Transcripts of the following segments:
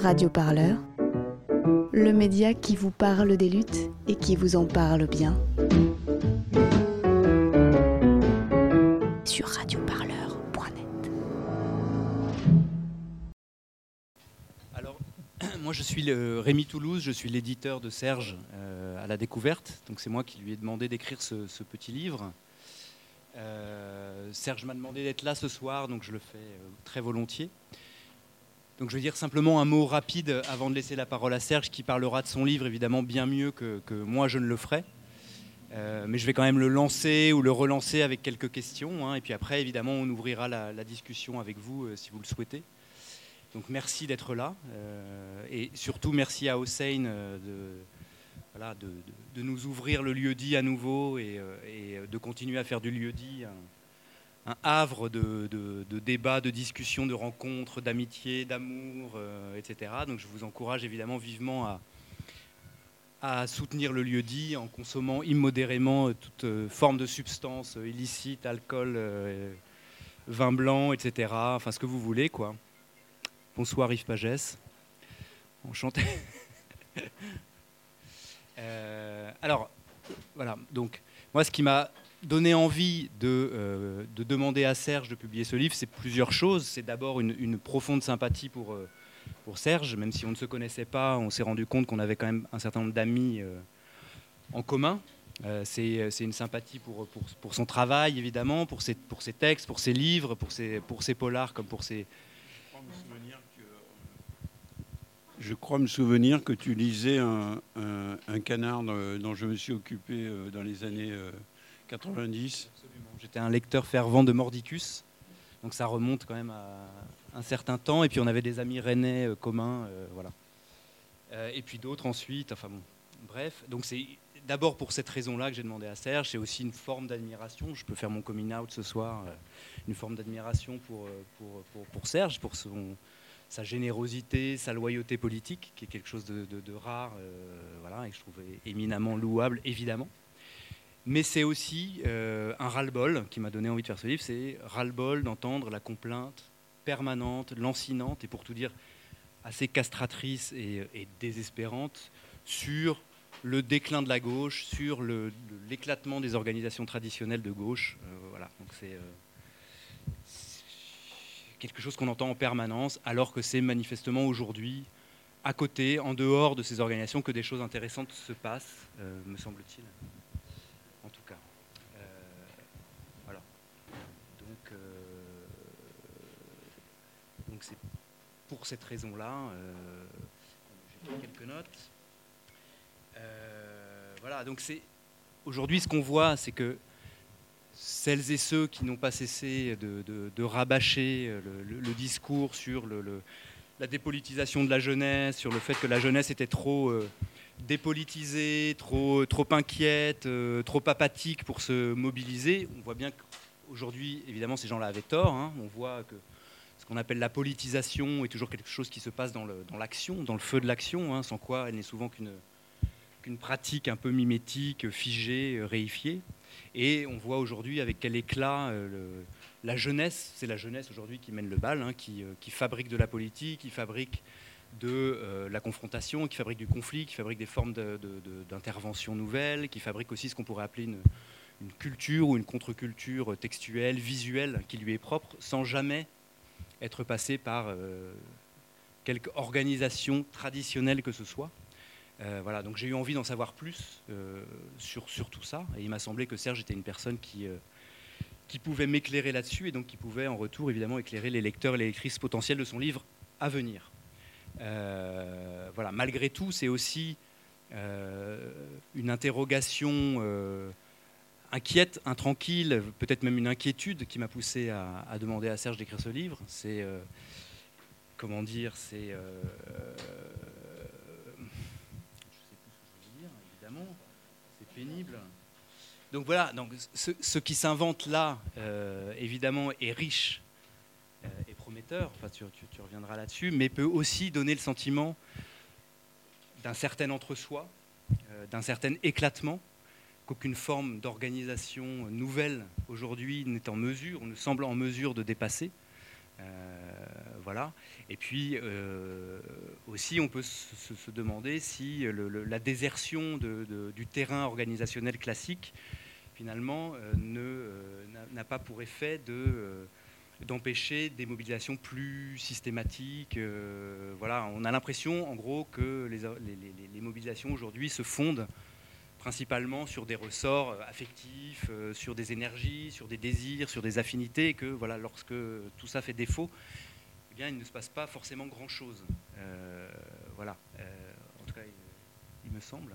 Radio Parleur, le média qui vous parle des luttes et qui vous en parle bien. Sur radioparleur.net. Alors, moi je suis Rémi Toulouse, je suis l'éditeur de Serge à la Découverte. Donc c'est moi qui lui ai demandé d'écrire ce petit livre. Serge m'a demandé d'être là ce soir, donc je le fais très volontiers. Donc je vais dire simplement un mot rapide avant de laisser la parole à Serge, qui parlera de son livre évidemment bien mieux que moi je ne le ferai. Mais je vais quand même le lancer ou le relancer avec quelques questions. Et puis après, évidemment, on ouvrira la discussion avec vous si vous le souhaitez. Donc merci d'être là. Et surtout merci à Hossein de nous ouvrir le lieu-dit à nouveau et de continuer à faire du lieu-dit un havre de débats, de discussions, de rencontres, d'amitié, d'amour, etc. Donc je vous encourage évidemment vivement à soutenir le lieu-dit en consommant immodérément toute forme de substance illicite, alcool, vin blanc, etc. Enfin ce que vous voulez, quoi. Bonsoir Yves Pagès. Enchanté. Alors, voilà. Donc, moi, ce qui m'a donné envie de demander à Serge de publier ce livre, c'est plusieurs choses. C'est d'abord une profonde sympathie pour Serge, même si on ne se connaissait pas, on s'est rendu compte qu'on avait quand même un certain nombre d'amis en commun. C'est une sympathie pour son travail, évidemment, pour ses textes, pour ses livres, pour ses polars, comme pour ses... Je crois me souvenir que tu lisais un canard dont je me suis occupé dans les années 90. Absolument. J'étais un lecteur fervent de Mordicus, donc ça remonte quand même à un certain temps. Et puis on avait des amis rennais communs, voilà. Et puis d'autres ensuite. Enfin bon, bref. Donc c'est d'abord pour cette raison-là que j'ai demandé à Serge. C'est aussi une forme d'admiration. Je peux faire mon coming out ce soir. Une forme d'admiration pour Serge, pour sa générosité, sa loyauté politique, qui est quelque chose de rare, voilà, et que je trouve éminemment louable, évidemment. Mais c'est aussi un ras-le-bol qui m'a donné envie de faire ce livre, c'est ras-le-bol d'entendre la complainte permanente, lancinante, et pour tout dire, assez castratrice et désespérante, sur le déclin de la gauche, sur l'éclatement des organisations traditionnelles de gauche. Voilà, donc c'est quelque chose qu'on entend en permanence, alors que c'est manifestement aujourd'hui, à côté, en dehors de ces organisations, que des choses intéressantes se passent, me semble-t-il. En tout cas. Voilà. Donc c'est pour cette raison-là. J'ai pris quelques notes. Voilà, donc c'est aujourd'hui ce qu'on voit, c'est que celles et ceux qui n'ont pas cessé de rabâcher le discours sur la dépolitisation de la jeunesse, sur le fait que la jeunesse était trop dépolitisée, trop inquiète, trop apathique pour se mobiliser. On voit bien qu'aujourd'hui, évidemment, ces gens-là avaient tort. On voit que ce qu'on appelle la politisation est toujours quelque chose qui se passe dans l'action, dans le feu de l'action, sans quoi elle n'est souvent qu'une pratique un peu mimétique, figée, réifiée. Et on voit aujourd'hui avec quel éclat la jeunesse, c'est la jeunesse aujourd'hui qui mène le bal, qui fabrique de la politique, qui fabrique de la confrontation, qui fabrique du conflit, qui fabrique des formes d'intervention nouvelles, qui fabrique aussi ce qu'on pourrait appeler une culture ou une contre-culture textuelle, visuelle, qui lui est propre, sans jamais être passé par quelque organisation traditionnelle que ce soit. Voilà, donc j'ai eu envie d'en savoir plus sur tout ça, et il m'a semblé que Serge était une personne qui pouvait m'éclairer là-dessus, et donc qui pouvait en retour évidemment éclairer les lecteurs et les lectrices potentiels de son livre à venir. Voilà, malgré tout, c'est aussi une interrogation inquiète, intranquille, peut-être même une inquiétude qui m'a poussé à demander à Serge d'écrire ce livre. C'est comment dire, c'est c'est pénible. Donc voilà, donc ce qui s'invente là, évidemment, est riche et prometteur, enfin, tu reviendras là-dessus, mais peut aussi donner le sentiment d'un certain entre-soi, d'un certain éclatement, qu'aucune forme d'organisation nouvelle aujourd'hui n'est en mesure, on ne semble en mesure de dépasser. voilà. Et puis aussi, on peut se demander si la désertion du terrain organisationnel classique, finalement, n'a pas pour effet d'empêcher des mobilisations plus systématiques. Voilà, on a l'impression, en gros, que les mobilisations aujourd'hui se fondent principalement sur des ressorts affectifs, sur des énergies, sur des désirs, sur des affinités, et que voilà, lorsque tout ça fait défaut, eh bien, il ne se passe pas forcément grand-chose. Voilà, en tout cas, il me semble.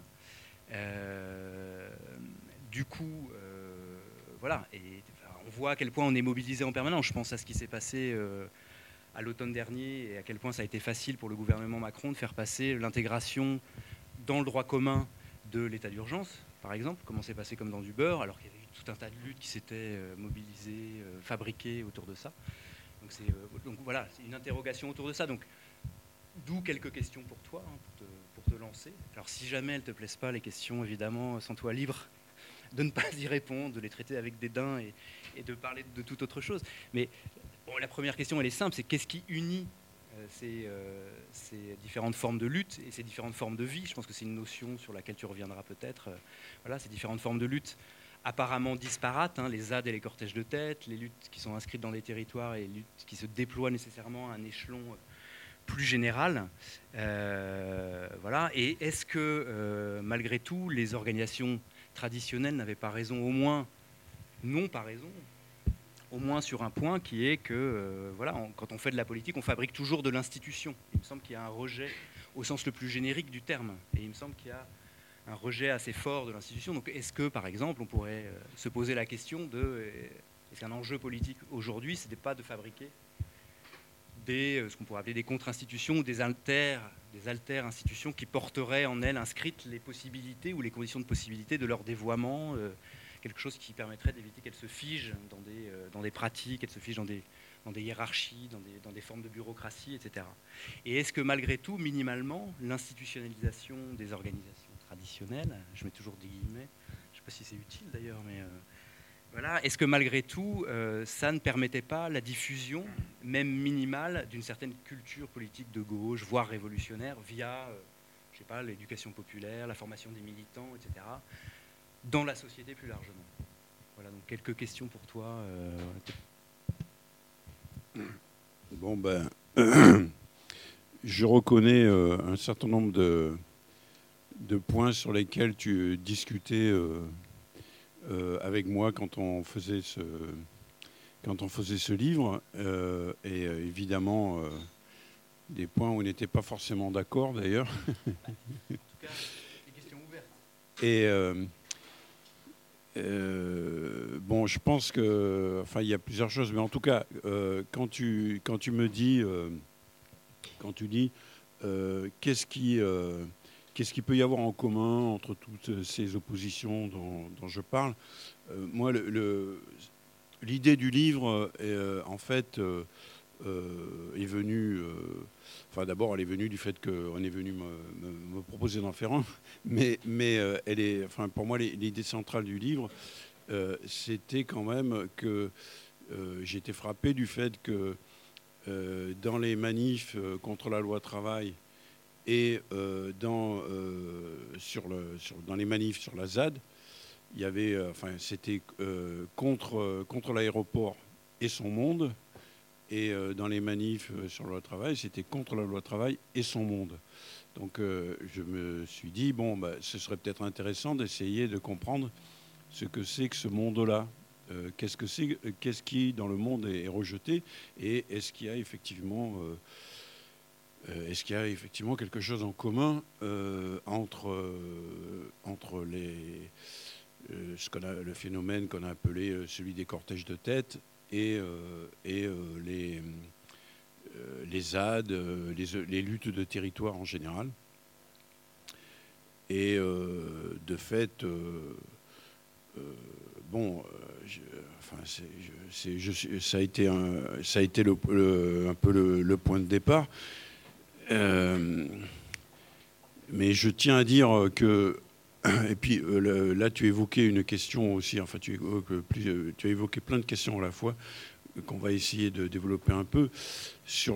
Du coup, voilà, et on voit à quel point on est mobilisé en permanence. Je pense à ce qui s'est passé à l'automne dernier et à quel point ça a été facile pour le gouvernement Macron de faire passer l'intégration dans le droit commun de l'état d'urgence, par exemple, comment c'est passé comme dans du beurre, alors qu'il y avait eu tout un tas de luttes qui s'étaient mobilisées, fabriquées autour de ça. Donc voilà, c'est une interrogation autour de ça. Donc, d'où quelques questions pour toi, hein, pour te lancer. Alors si jamais elles ne te plaisent pas, les questions, évidemment, sens-toi libre de ne pas y répondre, de les traiter avec dédain et de parler de toute autre chose. Mais bon, la première question, elle est simple, c'est qu'est-ce qui unit ces différentes formes de lutte et ces différentes formes de vie. Je pense que c'est une notion sur laquelle tu reviendras peut-être. Voilà, ces différentes formes de lutte apparemment disparates, hein, les ZAD et les cortèges de tête, les luttes qui sont inscrites dans les territoires et les luttes qui se déploient nécessairement à un échelon plus général. Voilà. Et est-ce que, malgré tout, les organisations traditionnelles n'avaient pas raison, au moins sur un point qui est que voilà, quand on fait de la politique, on fabrique toujours de l'institution. Il me semble qu'il y a un rejet au sens le plus générique du terme. Et il me semble qu'il y a un rejet assez fort de l'institution. Donc est-ce que, par exemple, on pourrait se poser la question de est-ce qu'un enjeu politique aujourd'hui, ce n'est pas de fabriquer ce qu'on pourrait appeler des contre-institutions ou des alter-institutions qui porteraient en elles inscrites les possibilités ou les conditions de possibilité de leur dévoiement, quelque chose qui permettrait d'éviter qu'elles se figent dans des pratiques, qu'elles se figent dans des hiérarchies, dans des formes de bureaucratie, etc. Et est-ce que malgré tout, minimalement, l'institutionnalisation des organisations traditionnelles, je mets toujours des guillemets, je ne sais pas si c'est utile d'ailleurs, mais voilà, est-ce que malgré tout, ça ne permettait pas la diffusion, même minimale, d'une certaine culture politique de gauche, voire révolutionnaire, via, je sais pas, l'éducation populaire, la formation des militants, etc., dans la société plus largement. Voilà, donc quelques questions pour toi. Bon, ben, je reconnais un certain nombre de points sur lesquels tu discutais avec moi quand on faisait ce livre. Et évidemment, des points où on n'était pas forcément d'accord, d'ailleurs. En tout cas, des questions ouvertes. Et bon, je pense que, enfin, il y a plusieurs choses, mais en tout cas, quand tu me dis, qu'est-ce qu'il peut y avoir en commun entre toutes ces oppositions dont je parle, moi, l'idée du livre, en fait, est venue. Enfin, d'abord, elle est venue du fait qu'on est venu me proposer d'en faire un, mais elle est, enfin, pour moi, l'idée centrale du livre, c'était quand même que j'ai été frappé du fait que dans les manifs contre la loi travail et dans les manifs sur la ZAD, il y avait, c'était contre l'aéroport et son monde. Et dans les manifs sur la loi travail, c'était contre la loi travail et son monde. Donc je me suis dit, bon, ce serait peut-être intéressant d'essayer de comprendre ce que c'est que ce monde-là. Qu'est-ce qui, dans le monde, est rejeté, et est-ce qu'il y a effectivement quelque chose en commun entre le phénomène qu'on a appelé celui des cortèges de tête et les ZAD, les luttes de territoire en général. Et de fait, ça a été un peu le point de départ. Mais je tiens à dire que, et puis là tu évoquais une question aussi, enfin tu as évoqué plein de questions à la fois. qu'on va essayer de développer un peu. Sur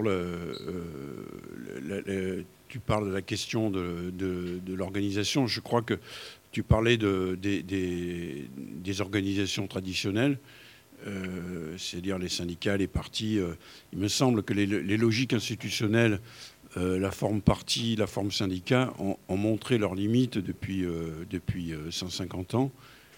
tu parles de la question de l'organisation. Je crois que tu parlais des organisations traditionnelles, c'est-à-dire les syndicats, les partis. Il me semble que les logiques institutionnelles, la forme parti, la forme syndicat, ont montré leurs limites depuis 150 ans.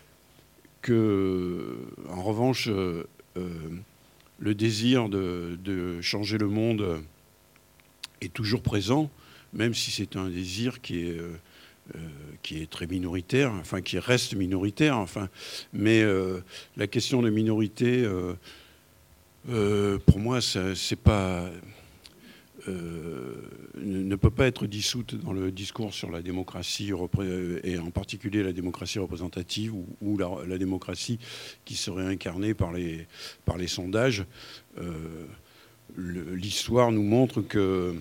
En revanche, le désir de changer le monde est toujours présent, même si c'est un désir qui est très minoritaire, enfin qui reste minoritaire. Enfin, mais la question de minorité, pour moi, c'est pas ne peut pas être dissoute dans le discours sur la démocratie, et en particulier la démocratie représentative ou la démocratie qui serait incarnée par les sondages. L'histoire nous montre que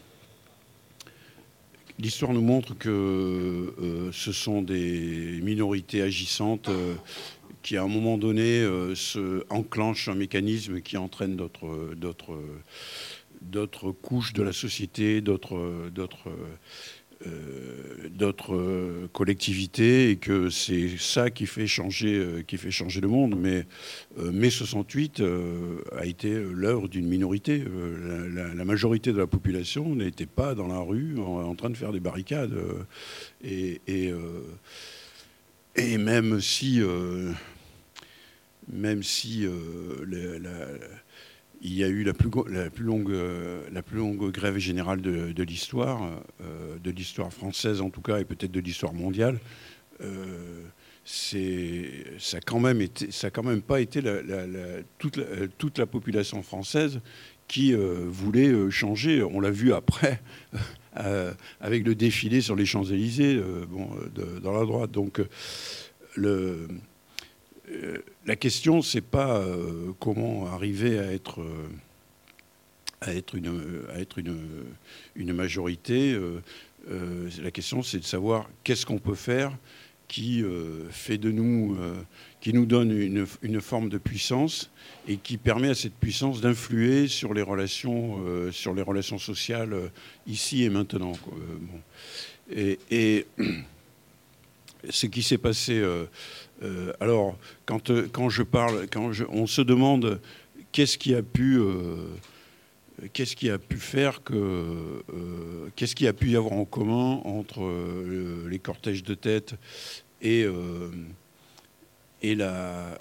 ce sont des minorités agissantes qui, à un moment donné, enclenchent un mécanisme qui entraîne d'autres couches de la société, d'autres collectivités, et que c'est ça qui fait changer le monde. Mais mai 68 a été l'œuvre d'une minorité. La majorité de la population n'était pas dans la rue en train de faire des barricades. Et même si il y a eu la plus longue grève générale de l'histoire française en tout cas, et peut-être de l'histoire mondiale. Ça a quand même pas été toute la population française qui voulait changer. On l'a vu après avec le défilé sur les Champs-Élysées, dans la droite. Donc la question, c'est pas comment arriver à être une majorité. La question, c'est de savoir qu'est-ce qu'on peut faire qui fait de nous, qui nous donne une forme de puissance et qui permet à cette puissance d'influer sur les relations sociales ici et maintenant. Et ce qui s'est passé. Alors, quand on se demande qu'est-ce qui a pu faire qu'est-ce qui a pu y avoir en commun entre les cortèges de tête et la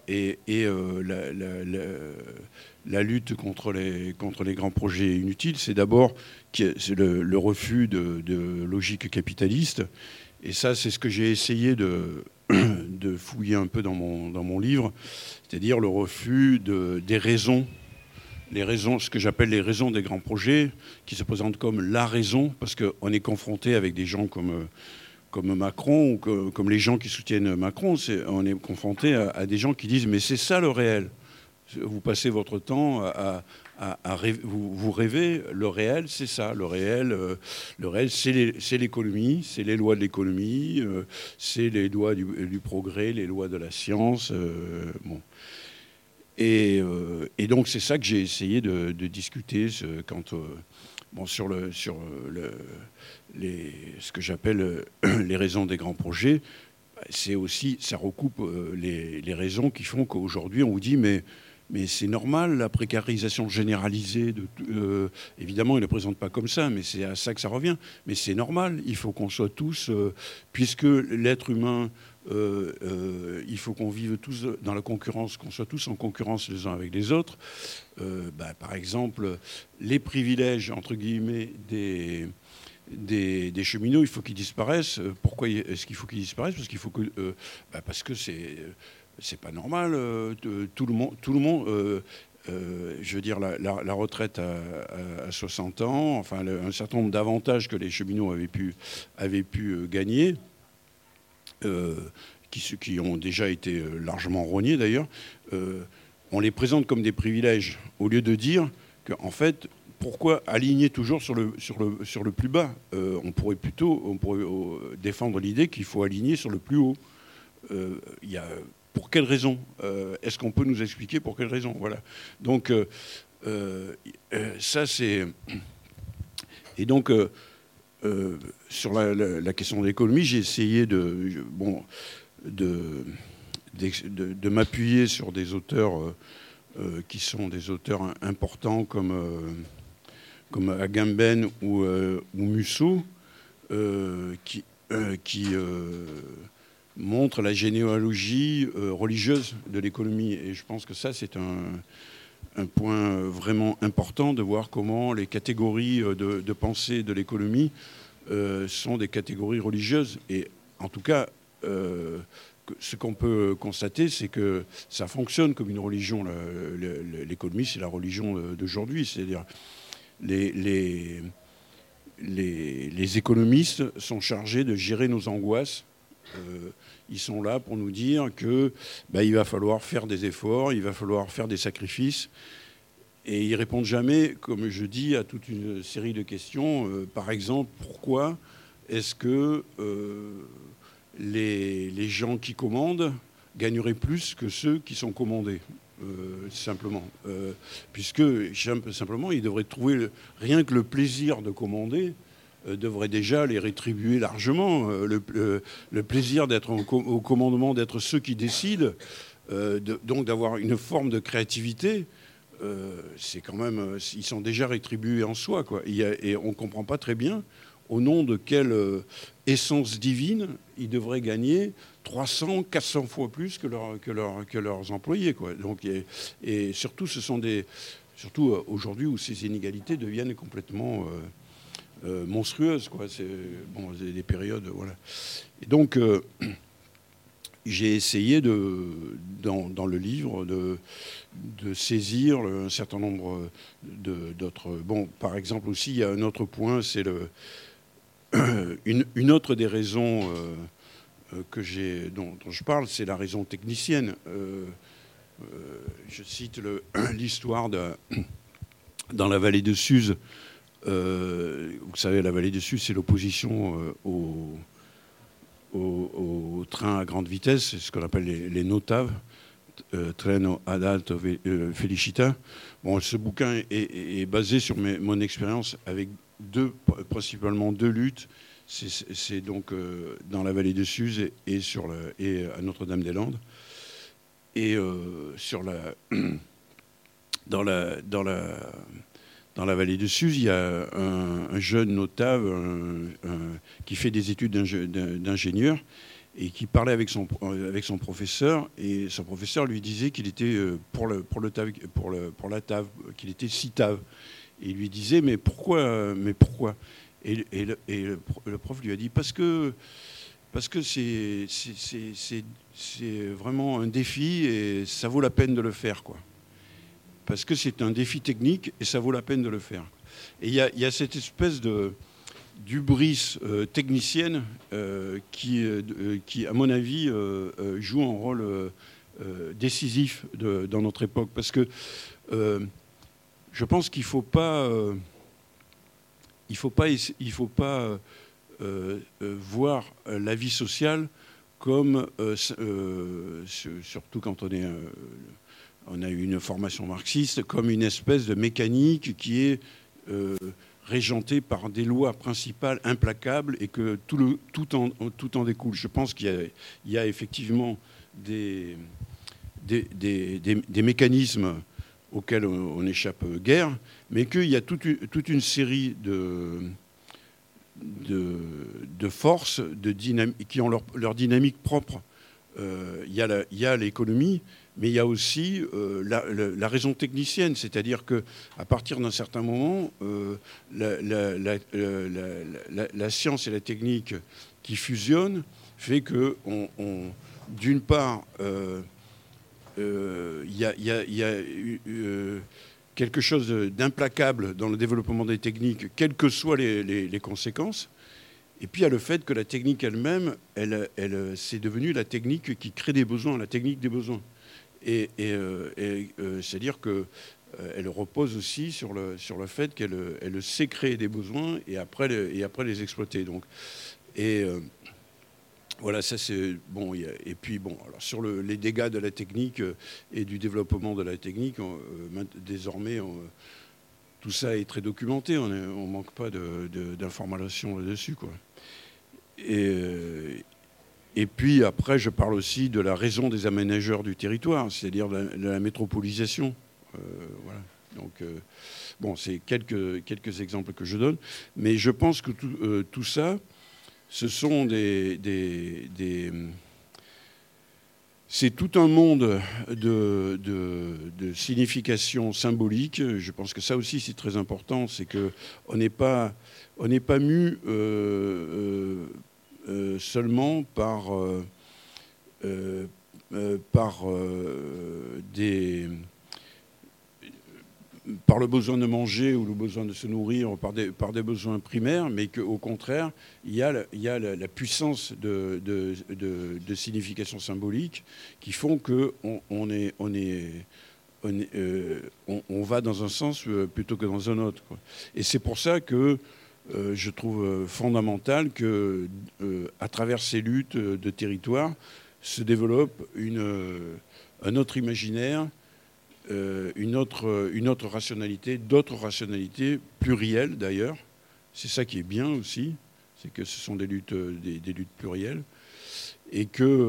lutte contre les grands projets inutiles, c'est d'abord le refus de logique capitaliste. Et ça, c'est ce que j'ai essayé de fouiller un peu dans mon livre, c'est-à-dire le refus des raisons, ce que j'appelle les raisons des grands projets, qui se présentent comme la raison, parce qu'on est confronté avec des gens comme Macron, ou comme les gens qui soutiennent Macron. On est confronté à des gens qui disent « mais c'est ça le réel ». Vous passez votre temps à rêver, vous rêvez, le réel, c'est ça. Le réel, c'est l'économie, c'est les lois de l'économie, c'est les lois du progrès, les lois de la science. Bon. Et donc, c'est ça que j'ai essayé de discuter sur ce que j'appelle les raisons des grands projets. C'est aussi, ça recoupe les raisons qui font qu'aujourd'hui, on vous dit mais c'est normal, la précarisation généralisée. Évidemment, il ne le présente pas comme ça, mais c'est à ça que ça revient. Mais c'est normal, il faut qu'on soit tous, puisque l'être humain, il faut qu'on vive tous dans la concurrence, qu'on soit tous en concurrence les uns avec les autres. Par exemple, les privilèges, entre guillemets, des cheminots, il faut qu'ils disparaissent. Pourquoi est-ce qu'il faut qu'ils disparaissent ? Parce qu'il faut que, parce que c'est pas normal. Tout le monde. Je veux dire, la retraite à 60 ans, enfin un certain nombre d'avantages que les cheminots avaient pu gagner, qui ont déjà été largement rognés d'ailleurs. On les présente comme des privilèges au lieu de dire qu'en fait, pourquoi aligner toujours sur le plus bas ? On pourrait défendre l'idée qu'il faut aligner sur le plus haut. Il y a pour quelle raison? Est-ce qu'on peut nous expliquer pour quelle raison? Voilà. Donc, ça, c'est... Et donc, sur la question de l'économie, j'ai essayé de m'appuyer sur des auteurs qui sont des auteurs importants comme Agamben ou Musso, qui montrent la généalogie religieuse de l'économie. Et je pense que ça, c'est un point vraiment important de voir comment les catégories de pensée de l'économie sont des catégories religieuses. Et en tout cas, ce qu'on peut constater, c'est que ça fonctionne comme une religion. L'économie, c'est la religion d'aujourd'hui. C'est-à-dire les économistes sont chargés de gérer nos angoisses. Ils sont là pour nous dire que il va falloir faire des efforts, il va falloir faire des sacrifices. Et ils répondent jamais, comme je dis, à toute une série de questions. Par exemple, pourquoi est-ce que les gens qui commandent gagneraient plus que ceux qui sont commandés, simplement. Puisque, simplement, ils devraient trouver rien que le plaisir de commander devrait déjà les rétribuer largement. Le plaisir d'être au commandement, d'être ceux qui décident, donc d'avoir une forme de créativité, c'est quand même... Ils sont déjà rétribués en soi, quoi. Et on ne comprend pas très bien au nom de quelle essence divine ils devraient gagner 300, 400 fois plus que leurs employés, quoi. Donc, et surtout, ce sont surtout aujourd'hui où ces inégalités deviennent complètement monstrueuses, quoi. C'est des périodes, voilà. Et donc, j'ai essayé dans le livre de saisir un certain nombre d'autres... Bon, par exemple aussi, il y a un autre point, c'est une autre des raisons dont je parle, c'est la raison technicienne. Je cite l'histoire dans la vallée de Suse. Vous savez, la vallée de Suse, c'est l'opposition au train à grande vitesse, c'est ce qu'on appelle les NOTAV, Treno ad alto felicità. Bon, ce bouquin est basé sur mon expérience avec principalement deux luttes. C'est donc dans la vallée de Suse et à Notre-Dame-des-Landes. Et dans la vallée de Suse, il y a un jeune notable qui fait des études d'ingénieur et qui parlait avec son professeur, et son professeur lui disait qu'il était pour la TAV, qu'il était si-TAV. Et il lui disait mais pourquoi et le prof lui a dit parce que c'est vraiment un défi et ça vaut la peine de le faire, quoi. Parce que c'est un défi technique et ça vaut la peine de le faire. Et il y a cette espèce d'hubris technicienne qui, à mon avis, joue un rôle décisif dans notre époque. Parce que je pense qu'il ne faut pas voir la vie sociale comme, surtout quand on a eu une formation marxiste, comme une espèce de mécanique qui est régentée par des lois principales implacables et que tout en découle. Je pense qu'il y a effectivement des mécanismes auxquels on échappe guère, mais qu'il y a toute une série de forces qui ont leur dynamique propre. Il y a l'économie, mais il y a aussi la raison technicienne, c'est-à-dire qu'à partir d'un certain moment, la science et la technique qui fusionnent fait que, d'une part, il y a quelque chose d'implacable dans le développement des techniques, quelles que soient les conséquences. Et puis il y a le fait que la technique elle-même, c'est devenu la technique qui crée des besoins, la technique des besoins. Et c'est-à-dire qu'elle repose aussi sur le fait qu'elle sait créer des besoins et après les exploiter. Donc, et Voilà, ça c'est bon. Et puis bon, alors sur les dégâts de la technique et du développement de la technique, désormais, tout ça est très documenté. On manque pas d'informations là-dessus, quoi. Et puis après, je parle aussi de la raison des aménageurs du territoire, c'est-à-dire de la métropolisation. Voilà. Donc bon, c'est quelques exemples que je donne, mais je pense que tout ça, ce sont c'est tout un monde de signification symbolique. Je pense que ça aussi, c'est très important. C'est qu'on n'est pas mu seulement par le besoin de manger ou le besoin de se nourrir, par des besoins primaires, mais qu'au contraire, il y a la puissance de signification symbolique qui font qu'on on va dans un sens plutôt que dans un autre, quoi. Et c'est pour ça que je trouve fondamental que, à travers ces luttes de territoire, se développe un autre imaginaire, une autre rationalité, d'autres rationalités plurielles d'ailleurs. C'est ça qui est bien aussi, c'est que ce sont des luttes plurielles et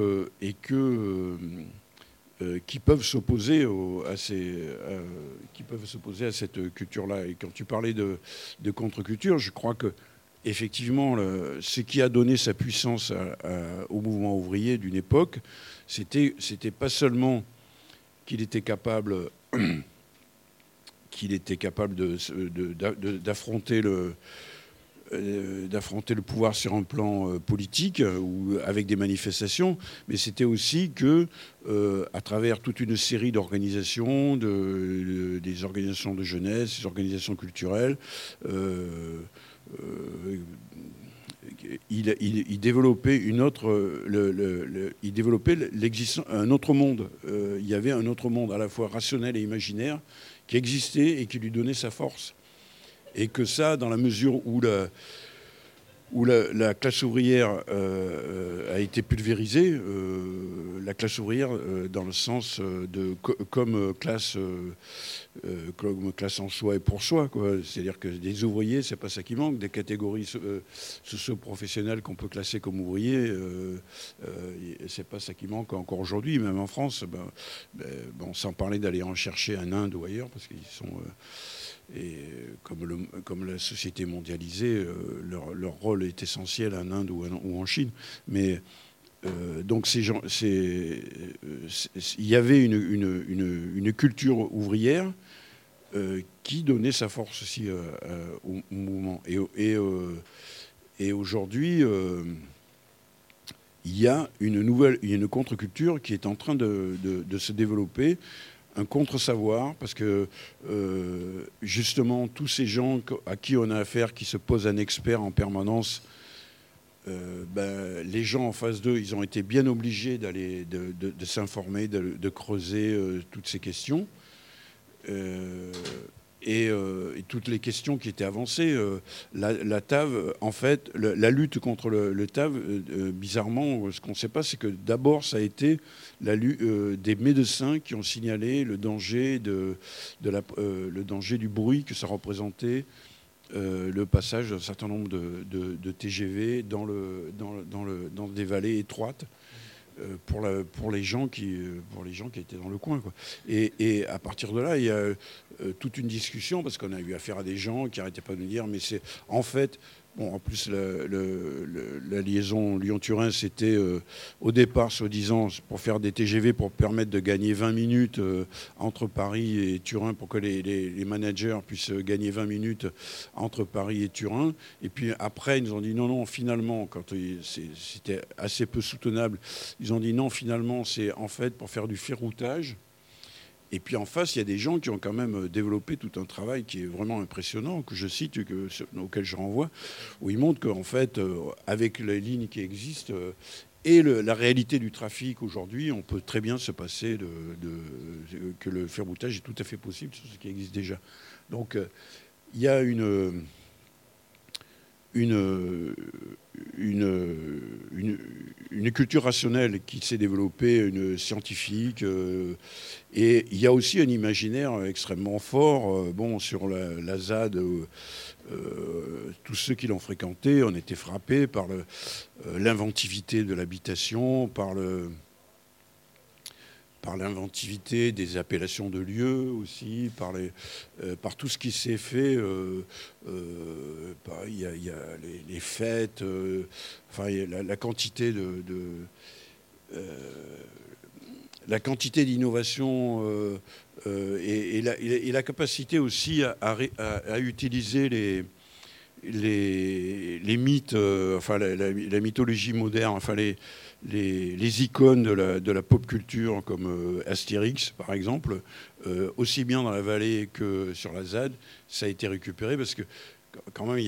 qui peuvent s'opposer à cette culture-là. Et quand tu parlais de contre-culture, je crois que effectivement, ce qui a donné sa puissance au mouvement ouvrier d'une époque, c'était pas seulement qu'il était capable d'affronter le pouvoir sur un plan politique ou avec des manifestations, mais c'était aussi que, à travers toute une série d'organisations, des organisations de jeunesse, des organisations culturelles, il développait un autre monde. Il y avait un autre monde à la fois rationnel et imaginaire qui existait et qui lui donnait sa force. Et que ça, dans la mesure où la classe ouvrière a été pulvérisée, la classe ouvrière dans le sens comme classe en soi et pour soi, quoi. C'est-à-dire que des ouvriers, c'est pas ça qui manque. Des catégories socio-professionnelles qu'on peut classer comme ouvriers, c'est pas ça qui manque encore aujourd'hui, même en France. Bon, sans parler d'aller en chercher en Inde ou ailleurs, parce qu'ils sont... Et comme la société mondialisée, leur rôle est essentiel en Inde ou en Chine. Mais donc ces gens, il y avait une culture ouvrière qui donnait sa force aussi au mouvement. Et aujourd'hui, il y a une contre-culture qui est en train de se développer. Un contre-savoir, parce que justement, tous ces gens à qui on a affaire, qui se posent un expert en permanence, les gens en face d'eux, ils ont été bien obligés de s'informer, de creuser toutes ces questions. Et toutes les questions qui étaient avancées. La TAV, en fait, la lutte contre le TAV, bizarrement, ce qu'on ne sait pas, c'est que d'abord, ça a été des médecins qui ont signalé le danger le danger du bruit que ça représentait, le passage d'un certain nombre de TGV dans des vallées étroites. Pour les gens qui étaient dans le coin, quoi. Et à partir de là, il y a toute une discussion, parce qu'on a eu affaire à des gens qui n'arrêtaient pas de nous dire, mais c'est en fait... Bon, en plus, la liaison Lyon-Turin, c'était au départ, soi-disant, pour faire des TGV, pour permettre de gagner 20 minutes entre Paris et Turin, pour que les managers puissent gagner 20 minutes entre Paris et Turin. Et puis après, ils nous ont dit non, finalement, quand c'était assez peu soutenable, ils ont dit non, finalement, c'est en fait pour faire du ferroutage. Et puis en face, il y a des gens qui ont quand même développé tout un travail qui est vraiment impressionnant, que je cite, auquel je renvoie, où ils montrent qu'en fait, avec les lignes qui existent et la réalité du trafic aujourd'hui, on peut très bien se passer que le ferroutage est tout à fait possible sur ce qui existe déjà. Donc il y a une, une culture rationnelle qui s'est développée, une scientifique, et il y a aussi un imaginaire extrêmement fort. Bon, sur la ZAD, tous ceux qui l'ont fréquenté ont été frappés par l'inventivité de l'habitation, par l'inventivité des appellations de lieux aussi, par tout ce qui s'est fait. Il y a les fêtes, enfin, la quantité la quantité d'innovation et la capacité aussi à utiliser les mythes, enfin la mythologie moderne, enfin les icônes de la pop culture comme Astérix par exemple, aussi bien dans la vallée que sur la ZAD, ça a été récupéré parce que quand même,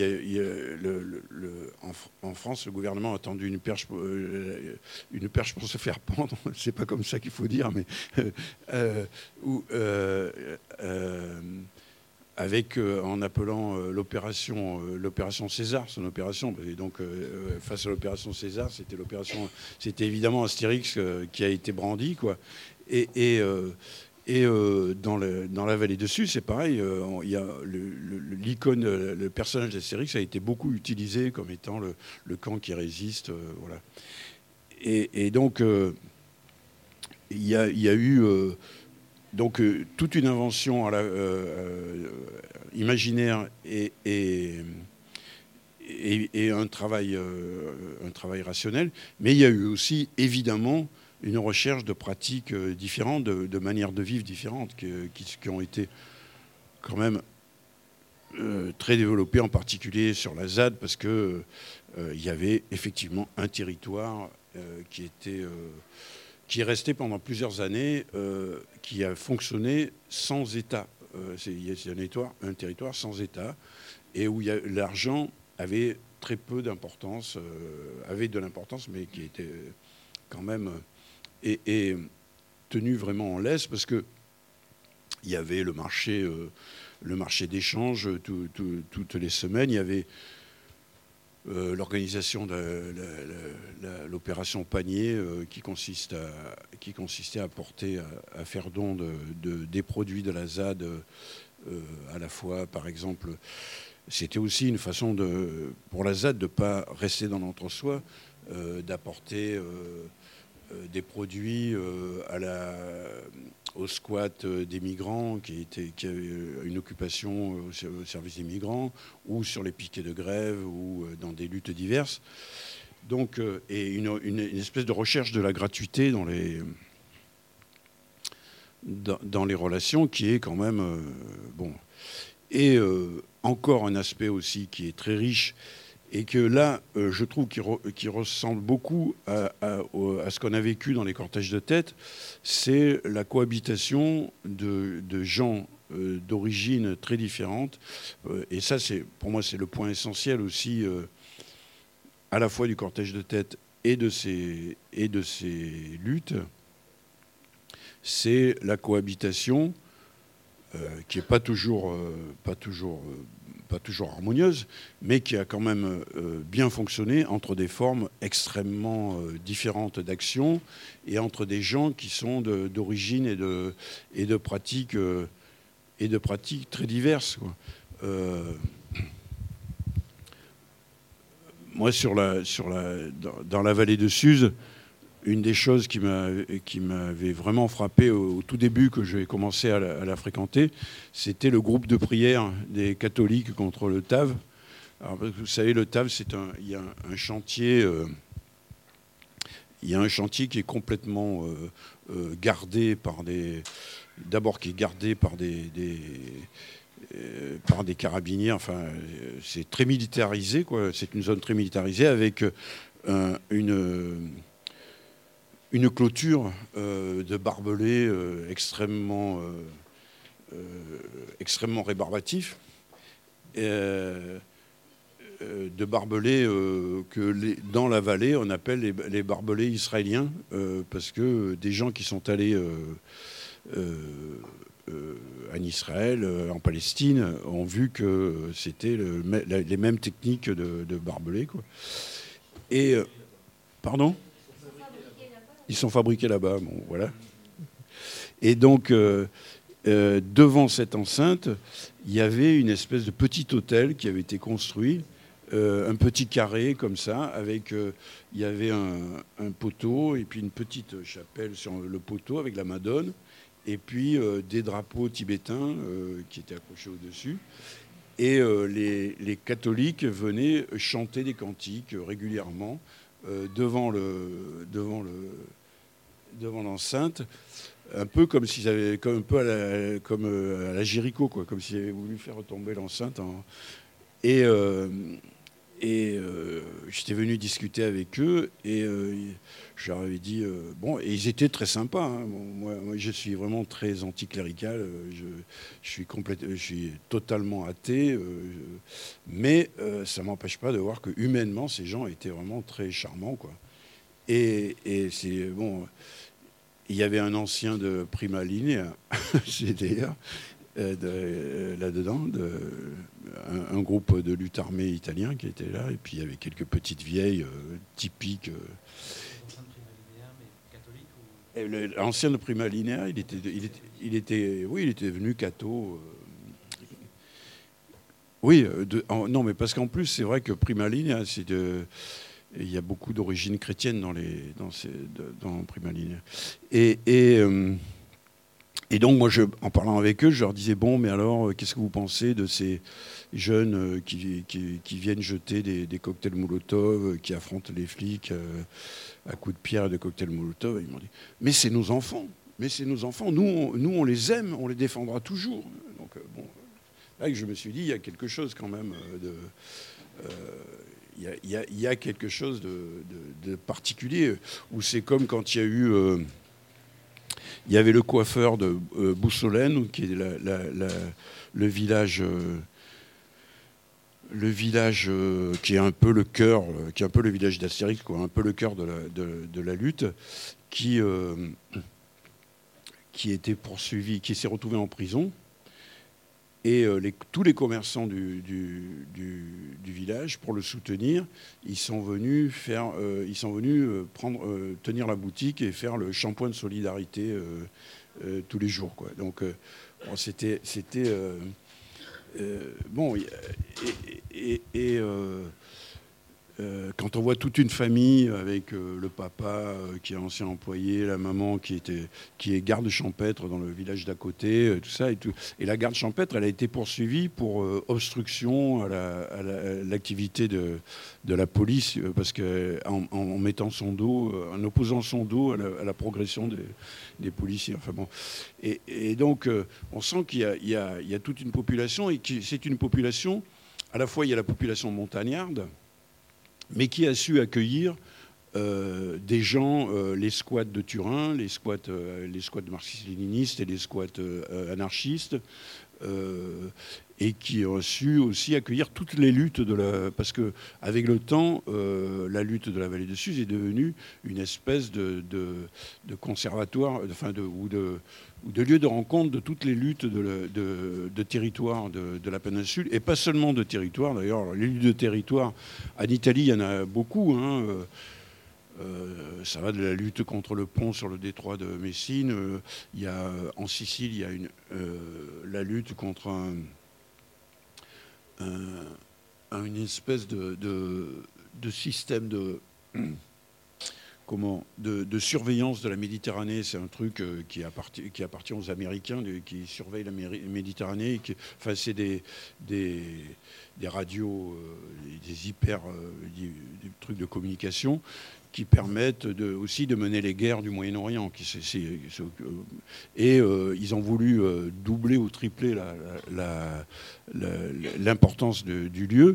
en France, le gouvernement a tendu une perche pour se faire pendre. C'est pas comme ça qu'il faut dire, mais en appelant l'opération César, son opération. Et donc, face à l'opération César, c'était évidemment Astérix qui a été brandi, quoi. Et dans la vallée dessus, c'est pareil. Il y a l'icône, le personnage d'Astérix a été beaucoup utilisé comme étant le camp qui résiste. Voilà. Et donc, il y a eu donc toute une invention imaginaire et un travail rationnel. Mais il y a eu aussi, évidemment, une recherche de pratiques différentes, de manières de vivre différentes qui ont été quand même très développées, en particulier sur la ZAD, parce qu'il y avait effectivement un territoire qui est resté pendant plusieurs années, qui a fonctionné sans État. C'est un territoire sans État, et où l'argent avait très peu d'importance, avait de l'importance, mais qui était quand même... Et tenu vraiment en laisse, parce qu'il y avait le marché d'échange toutes les semaines. Il y avait l'organisation de l'opération panier qui consistait à à faire don des produits de la ZAD à la fois, par exemple. C'était aussi une façon pour la ZAD de ne pas rester dans l'entre-soi, d'apporter des produits au squat des migrants qui avaient une occupation au service des migrants, ou sur les piquets de grève, ou dans des luttes diverses. Donc, et une espèce de recherche de la gratuité dans les relations qui est quand même bon. Et encore un aspect aussi qui est très riche, et que là, je trouve qu'il ressemble beaucoup à ce qu'on a vécu dans les cortèges de tête, c'est la cohabitation de gens d'origines très différentes. Et ça, pour moi, c'est le point essentiel aussi, à la fois du cortège de tête et de ces luttes. C'est la cohabitation qui n'est pas toujours harmonieuse, mais qui a quand même bien fonctionné entre des formes extrêmement différentes d'action, et entre des gens qui sont d'origine et de pratiques très diverses, quoi. Moi, dans la vallée de Suse, une des choses qui m'avait vraiment frappé au tout début que j'ai commencé à la fréquenter, c'était le groupe de prière des catholiques contre le TAV. Alors, vous savez, le TAV, il y a un chantier. Il y a un chantier qui est complètement gardé d'abord qui est gardé par des carabiniers. Enfin, c'est très militarisé, quoi. C'est une zone très militarisée avec une clôture de barbelés extrêmement rébarbatifs, de barbelés que dans la vallée on appelle les barbelés israéliens, parce que des gens qui sont allés en Israël, en Palestine, ont vu que c'était les mêmes techniques de barbelés, quoi. Et pardon ? Ils sont fabriqués là-bas. Bon, voilà. Et donc, devant cette enceinte, il y avait une espèce de petit hôtel qui avait été construit, un petit carré comme ça, avec il y avait un poteau et puis une petite chapelle sur le poteau avec la Madone, et puis des drapeaux tibétains qui étaient accrochés au-dessus. Et les catholiques venaient chanter des cantiques régulièrement devant l'enceinte, un peu comme s'ils avaient, comme un peu à la Jéricho, quoi, comme s'ils avaient voulu faire retomber l'enceinte. Et j'étais venu discuter avec eux et je leur avais dit bon, et ils étaient très sympas. Hein. Bon, moi, je suis vraiment très anticlérical. Je suis totalement athée, mais ça m'empêche pas de voir que humainement, ces gens étaient vraiment très charmants, quoi. Et c'est bon. Il y avait un ancien de Prima Linea, d'ailleurs, là-dedans, un groupe de lutte armée italien qui était là, et puis il y avait quelques petites vieilles typiques. L'ancien de Prima Linea, il était venu catho. Oui, non, mais parce qu'en plus, c'est vrai que Prima Linea, il y a beaucoup d'origine chrétienne dans Prima Linea. Et donc, moi, en parlant avec eux, je leur disais, bon, mais alors, qu'est-ce que vous pensez de ces jeunes qui viennent jeter des cocktails Molotov, qui affrontent les flics à coups de pierre et de cocktails Molotov? Ils m'ont dit, mais c'est nos enfants. Nous, on les aime, on les défendra toujours. Donc, bon, là, je me suis dit, il y a quelque chose quand même il y a quelque chose de particulier, où c'est comme quand il y a eu... il y avait le coiffeur de Boussolène, qui est le village qui est un peu le cœur, qui est un peu le village d'Astérix, quoi, un peu le cœur de la lutte, qui était poursuivi, qui s'est retrouvé en prison. Et tous les commerçants du village, pour le soutenir, ils sont venus tenir la boutique et faire le shampoing de solidarité tous les jours, quoi. Donc bon, c'était bon. Quand on voit toute une famille avec le papa qui est ancien employé, la maman qui est garde champêtre dans le village d'à côté, tout ça, et la garde champêtre, elle a été poursuivie pour obstruction à l'activité de la police, parce qu'en mettant son dos, en opposant son dos à la progression des policiers. Enfin bon, et donc on sent qu'il y a toute une population, et que c'est une population. À la fois, il y a la population montagnarde, mais qui a su accueillir des gens, les squats de Turin, les squats marxistes-léninistes et les squats anarchistes, et qui ont su aussi accueillir toutes les luttes parce que avec le temps, la lutte de la vallée de Suse est devenue une espèce de conservatoire, ou de lieu de rencontre de toutes les luttes de territoire de la péninsule, et pas seulement de territoire. D'ailleurs, les luttes de territoire, en Italie, il y en a beaucoup, hein. Ça va de la lutte contre le pont sur le détroit de Messine. En Sicile, il y a la lutte contre une espèce de système de surveillance de la Méditerranée. C'est un truc qui appartient aux Américains, qui surveillent la Méditerranée. Enfin, c'est des radios, des trucs de communication qui permettent aussi de mener les guerres du Moyen-Orient. Et ils ont voulu doubler ou tripler l'importance du lieu.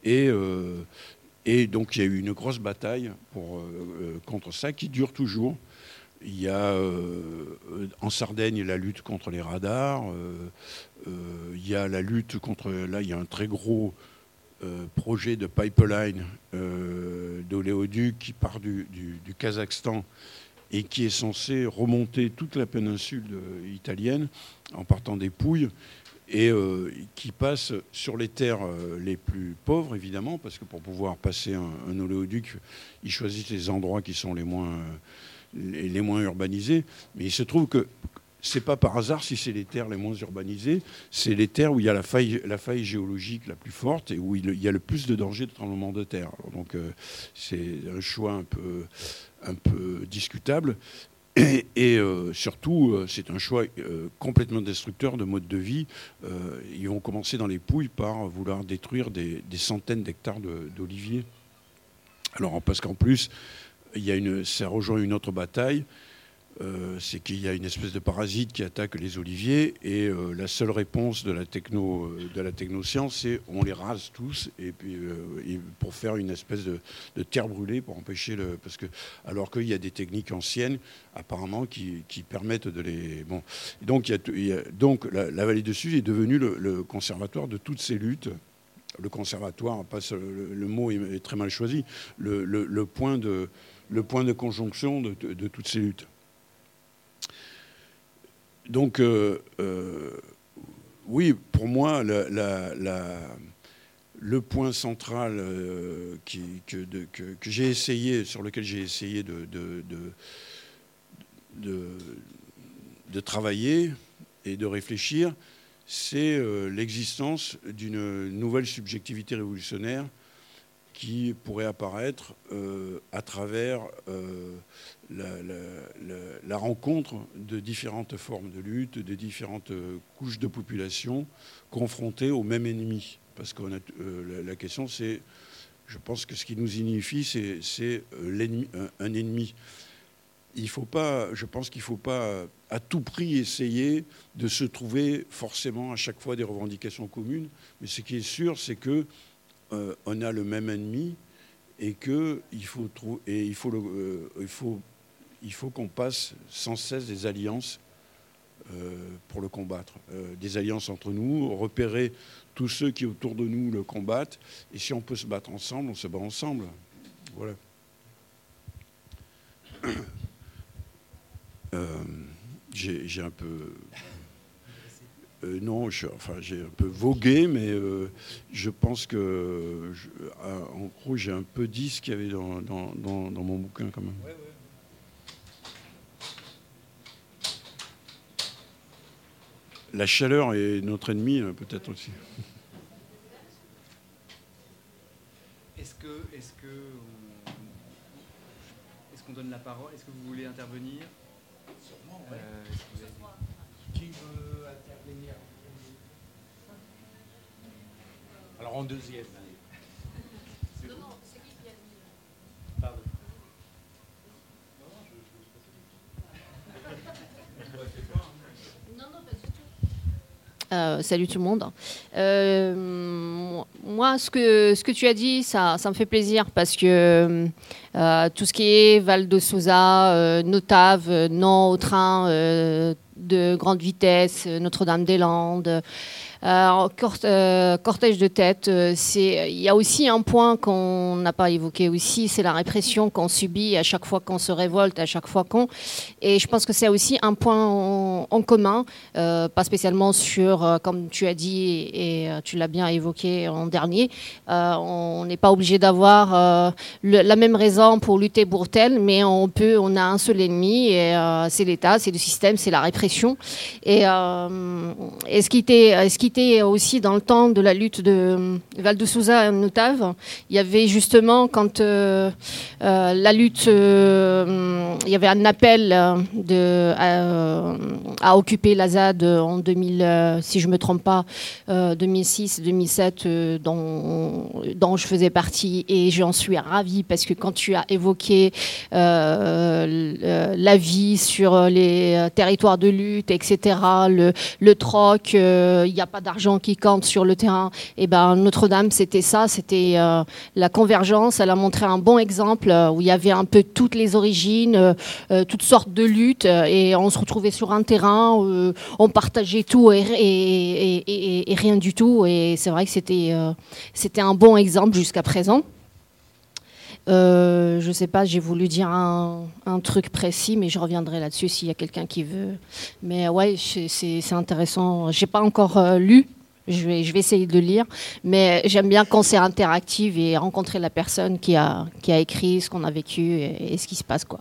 Et donc il y a eu une grosse bataille contre ça, qui dure toujours. Il y a en Sardaigne la lutte contre les radars. Il y a la lutte contre... Là, il y a un très gros projet de pipeline d'oléoduc qui part du Kazakhstan et qui est censé remonter toute la péninsule italienne en partant des Pouilles, et qui passe sur les terres les plus pauvres, évidemment, parce que pour pouvoir passer un oléoduc, ils choisissent les endroits qui sont les moins urbanisés. Mais il se trouve que c'est pas par hasard si c'est les terres les moins urbanisées, c'est les terres où il y a la faille géologique la plus forte et où il y a le plus de danger de tremblement de terre. Alors donc c'est un choix un peu discutable. Et surtout, c'est un choix complètement destructeur de mode de vie. Ils vont commencer dans les Pouilles par vouloir détruire des centaines d'hectares d'oliviers. Alors, parce qu'en plus, ça rejoint une autre bataille. C'est qu'il y a une espèce de parasite qui attaque les oliviers et la seule réponse de la technoscience, c'est on les rase tous et puis pour faire une espèce de terre brûlée pour empêcher alors qu'il y a des techniques anciennes apparemment qui permettent de les donc la vallée de Suse est devenue le conservatoire de toutes ces luttes. Le conservatoire, le mot est très mal choisi, le point de conjonction de toutes ces luttes. Donc, oui, pour moi, le point central sur lequel j'ai essayé de travailler et de réfléchir, c'est l'existence d'une nouvelle subjectivité révolutionnaire qui pourrait apparaître à travers la rencontre de différentes formes de lutte, de différentes couches de population confrontées au même ennemi. Parce que la question, c'est, je pense que ce qui nous unifie, c'est un ennemi. Je pense qu'il ne faut pas à tout prix essayer de se trouver forcément à chaque fois des revendications communes. Mais ce qui est sûr, c'est que on a le même ennemi et qu'il faut qu'on passe sans cesse des alliances pour le combattre. Des alliances entre nous, repérer tous ceux qui autour de nous le combattent. Et si on peut se battre ensemble, on se bat ensemble. Voilà. J'ai un peu... non, j'ai un peu vogué, mais je pense que, en gros, j'ai un peu dit ce qu'il y avait dans mon bouquin quand même. Ouais. La chaleur est notre ennemi, peut-être aussi. Est-ce qu'on donne la parole? Est-ce que vous voulez intervenir? Sûrement, oui. Qui veut intervenir? Alors en deuxième, allez. Non, c'est qui a dit? Pardon. Non, pas du tout. Salut tout le monde. Moi, ce que tu as dit, ça me fait plaisir parce que tout ce qui est Val de Souza, Notave, non au train de grande vitesse, Notre-Dame-des-Landes, cortège de tête, il y a aussi un point qu'on n'a pas évoqué aussi, c'est la répression qu'on subit à chaque fois qu'on se révolte, à chaque fois qu'on... Et je pense que c'est aussi un point en commun, pas spécialement sur, comme tu as dit et tu l'as bien évoqué en dernier, on n'est pas obligé d'avoir la même raison pour lutter pour tel, mais on a un seul ennemi, et c'est l'État, c'est le système, c'est la répression. Et ce qui était aussi dans le temps de la lutte de Val de Souza et Notave, il y avait justement quand la lutte, il y avait un appel à occuper la ZAD en 2000, si je me trompe pas, 2006-2007, dont je faisais partie, et j'en suis ravie parce que quand tu as évoqué l'avis sur les territoires de lutte, etc., le troc, il n'y a pas d'argent qui compte sur le terrain. Et ben Notre-Dame, c'était ça, c'était la convergence. Elle a montré un bon exemple où il y avait un peu toutes les origines, toutes sortes de luttes, et on se retrouvait sur un terrain où on partageait tout et rien du tout. Et c'est vrai que c'était un bon exemple jusqu'à présent. Je sais pas, j'ai voulu dire un truc précis, mais je reviendrai là-dessus s'il y a quelqu'un qui veut. Mais ouais, c'est intéressant. J'ai pas encore lu. Je vais essayer de lire, mais j'aime bien quand c'est interactif et rencontrer la personne qui a écrit ce qu'on a vécu et ce qui se passe, quoi.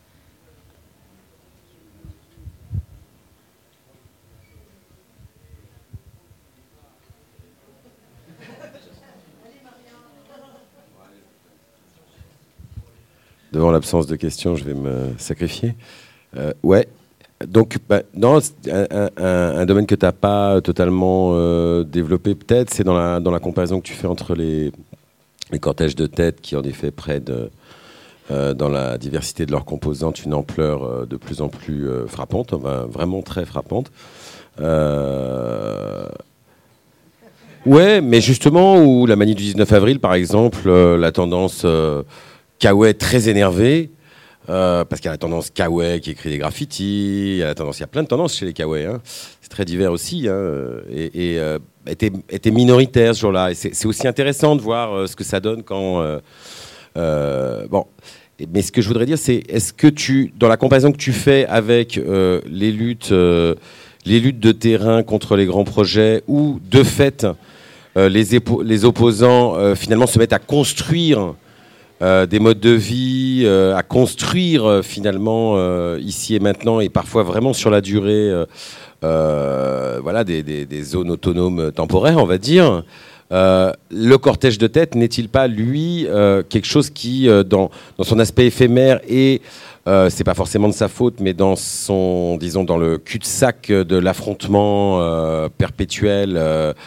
Devant l'absence de questions, je vais me sacrifier. Ouais. Donc, non, un domaine que tu n'as pas totalement développé, peut-être, c'est dans la comparaison que tu fais entre les cortèges de tête qui, en effet, prennent dans la diversité de leurs composantes une ampleur de plus en plus frappante, vraiment très frappante. Ouais, mais justement, où la manif du 19 avril, par exemple, la tendance Kawaii très énervée, parce qu'il y a la tendance Kawaii qui écrit des graffitis, il y a plein de tendances chez les Kawaii, hein. C'est très divers aussi, hein, et était minoritaire ce jour-là. Et c'est aussi intéressant de voir ce que ça donne quand... bon, mais ce que je voudrais dire, c'est, est-ce que dans la comparaison que tu fais avec les luttes de terrain contre les grands projets, où de fait les opposants finalement se mettent à construire des modes de vie, à construire finalement ici et maintenant, et parfois vraiment sur la durée, voilà, des zones autonomes temporaires, on va dire. Le cortège de tête n'est-il pas, lui, quelque chose qui, dans son aspect éphémère, et c'est pas forcément de sa faute, mais dans son, disons, dans le cul-de-sac de l'affrontement perpétuel,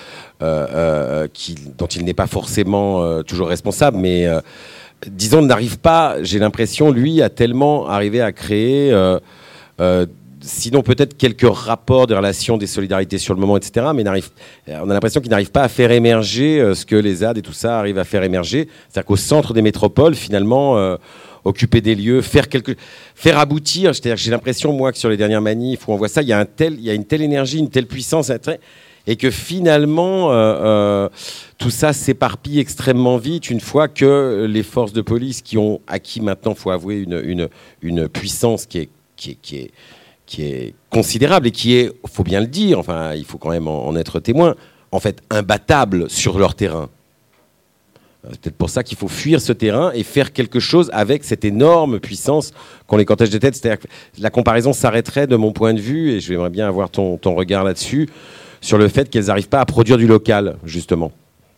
dont il n'est pas forcément toujours responsable, mais disons, n'arrive pas, j'ai l'impression, lui, à tellement arriver à créer, sinon peut-être quelques rapports, des relations, des solidarités sur le moment, etc. Mais on a l'impression qu'il n'arrive pas à faire émerger ce que les ZAD et tout ça arrivent à faire émerger. C'est-à-dire qu'au centre des métropoles, finalement, occuper des lieux, faire aboutir. C'est-à-dire que j'ai l'impression, moi, que sur les dernières manifs où on voit ça, il y a une telle énergie, une telle puissance, et que finalement, tout ça s'éparpille extrêmement vite une fois que les forces de police qui ont acquis maintenant, faut avouer, une puissance qui est considérable et qui est, faut bien le dire, enfin, il faut quand même en être témoin, en fait, imbattable sur leur terrain. C'est peut-être pour ça qu'il faut fuir ce terrain et faire quelque chose avec cette énorme puissance qu'ont les cortèges de tête. C'est-à-dire que la comparaison s'arrêterait de mon point de vue, et j'aimerais bien avoir ton regard là-dessus, sur le fait qu'elles n'arrivent pas à produire du local, justement.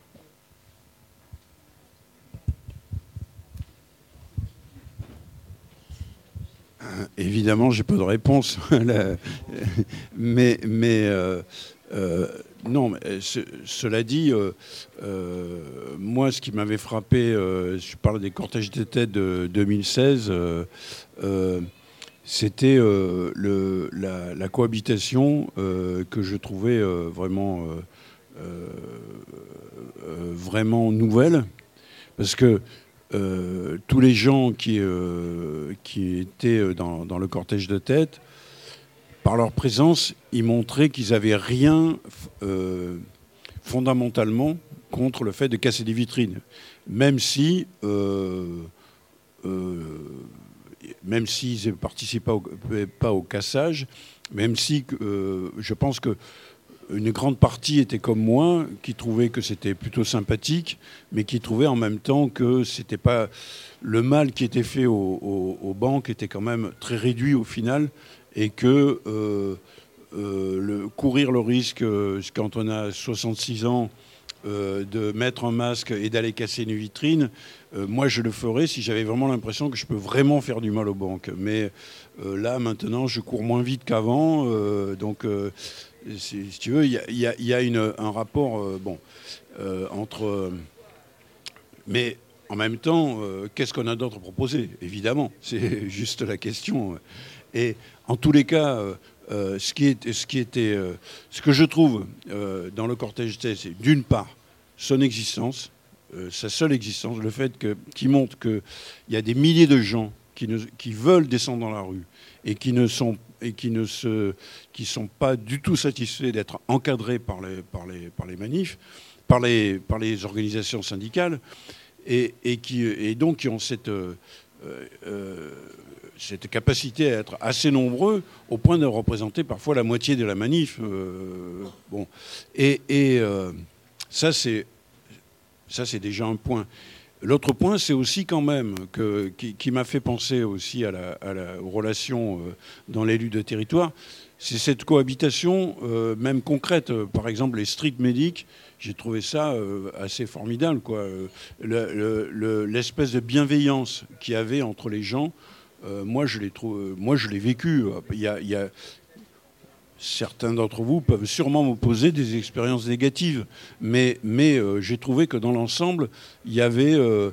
Évidemment, j'ai pas de réponse. mais non, mais cela dit, moi, ce qui m'avait frappé, je parle des cortèges de tête de 2016, c'était la cohabitation que je trouvais vraiment nouvelle, parce que tous les gens qui étaient dans le cortège de tête, par leur présence, ils montraient qu'ils n'avaient rien fondamentalement contre le fait de casser des vitrines, même s'ils ne participaient pas au cassage, même si je pense que une grande partie était comme moi, qui trouvait que c'était plutôt sympathique, mais qui trouvait en même temps que c'était pas le mal qui était fait aux banques était quand même très réduit au final, et que courir le risque quand on a 66 ans de mettre un masque et d'aller casser une vitrine, moi je le ferais si j'avais vraiment l'impression que je peux vraiment faire du mal aux banques. Mais là maintenant je cours moins vite qu'avant, donc si tu veux, il y a un rapport entre... mais en même temps, qu'est-ce qu'on a d'autre à proposer? Évidemment, c'est juste la question. Et en tous les cas, ce que je trouve dans le cortège T, c'est d'une part son existence, sa seule existence, le fait qu'il montre qu'il y a des milliers de gens qui veulent descendre dans la rue et qui ne sont pas du tout satisfaits d'être encadrés par les manifs, par les organisations syndicales. et donc qui ont cette capacité à être assez nombreux au point de représenter parfois la moitié de la manif. Bon. Ça, c'est déjà un point. L'autre point, c'est aussi quand même qui m'a fait penser aussi aux relations dans les luttes de territoire, c'est cette cohabitation, même concrète. Par exemple, les street medics, j'ai trouvé ça assez formidable, quoi. L'espèce de bienveillance qu'il y avait entre les gens, moi je l'ai vécu. Il y a certains d'entre vous peuvent sûrement m'opposer des expériences négatives, mais j'ai trouvé que dans l'ensemble, il y avait,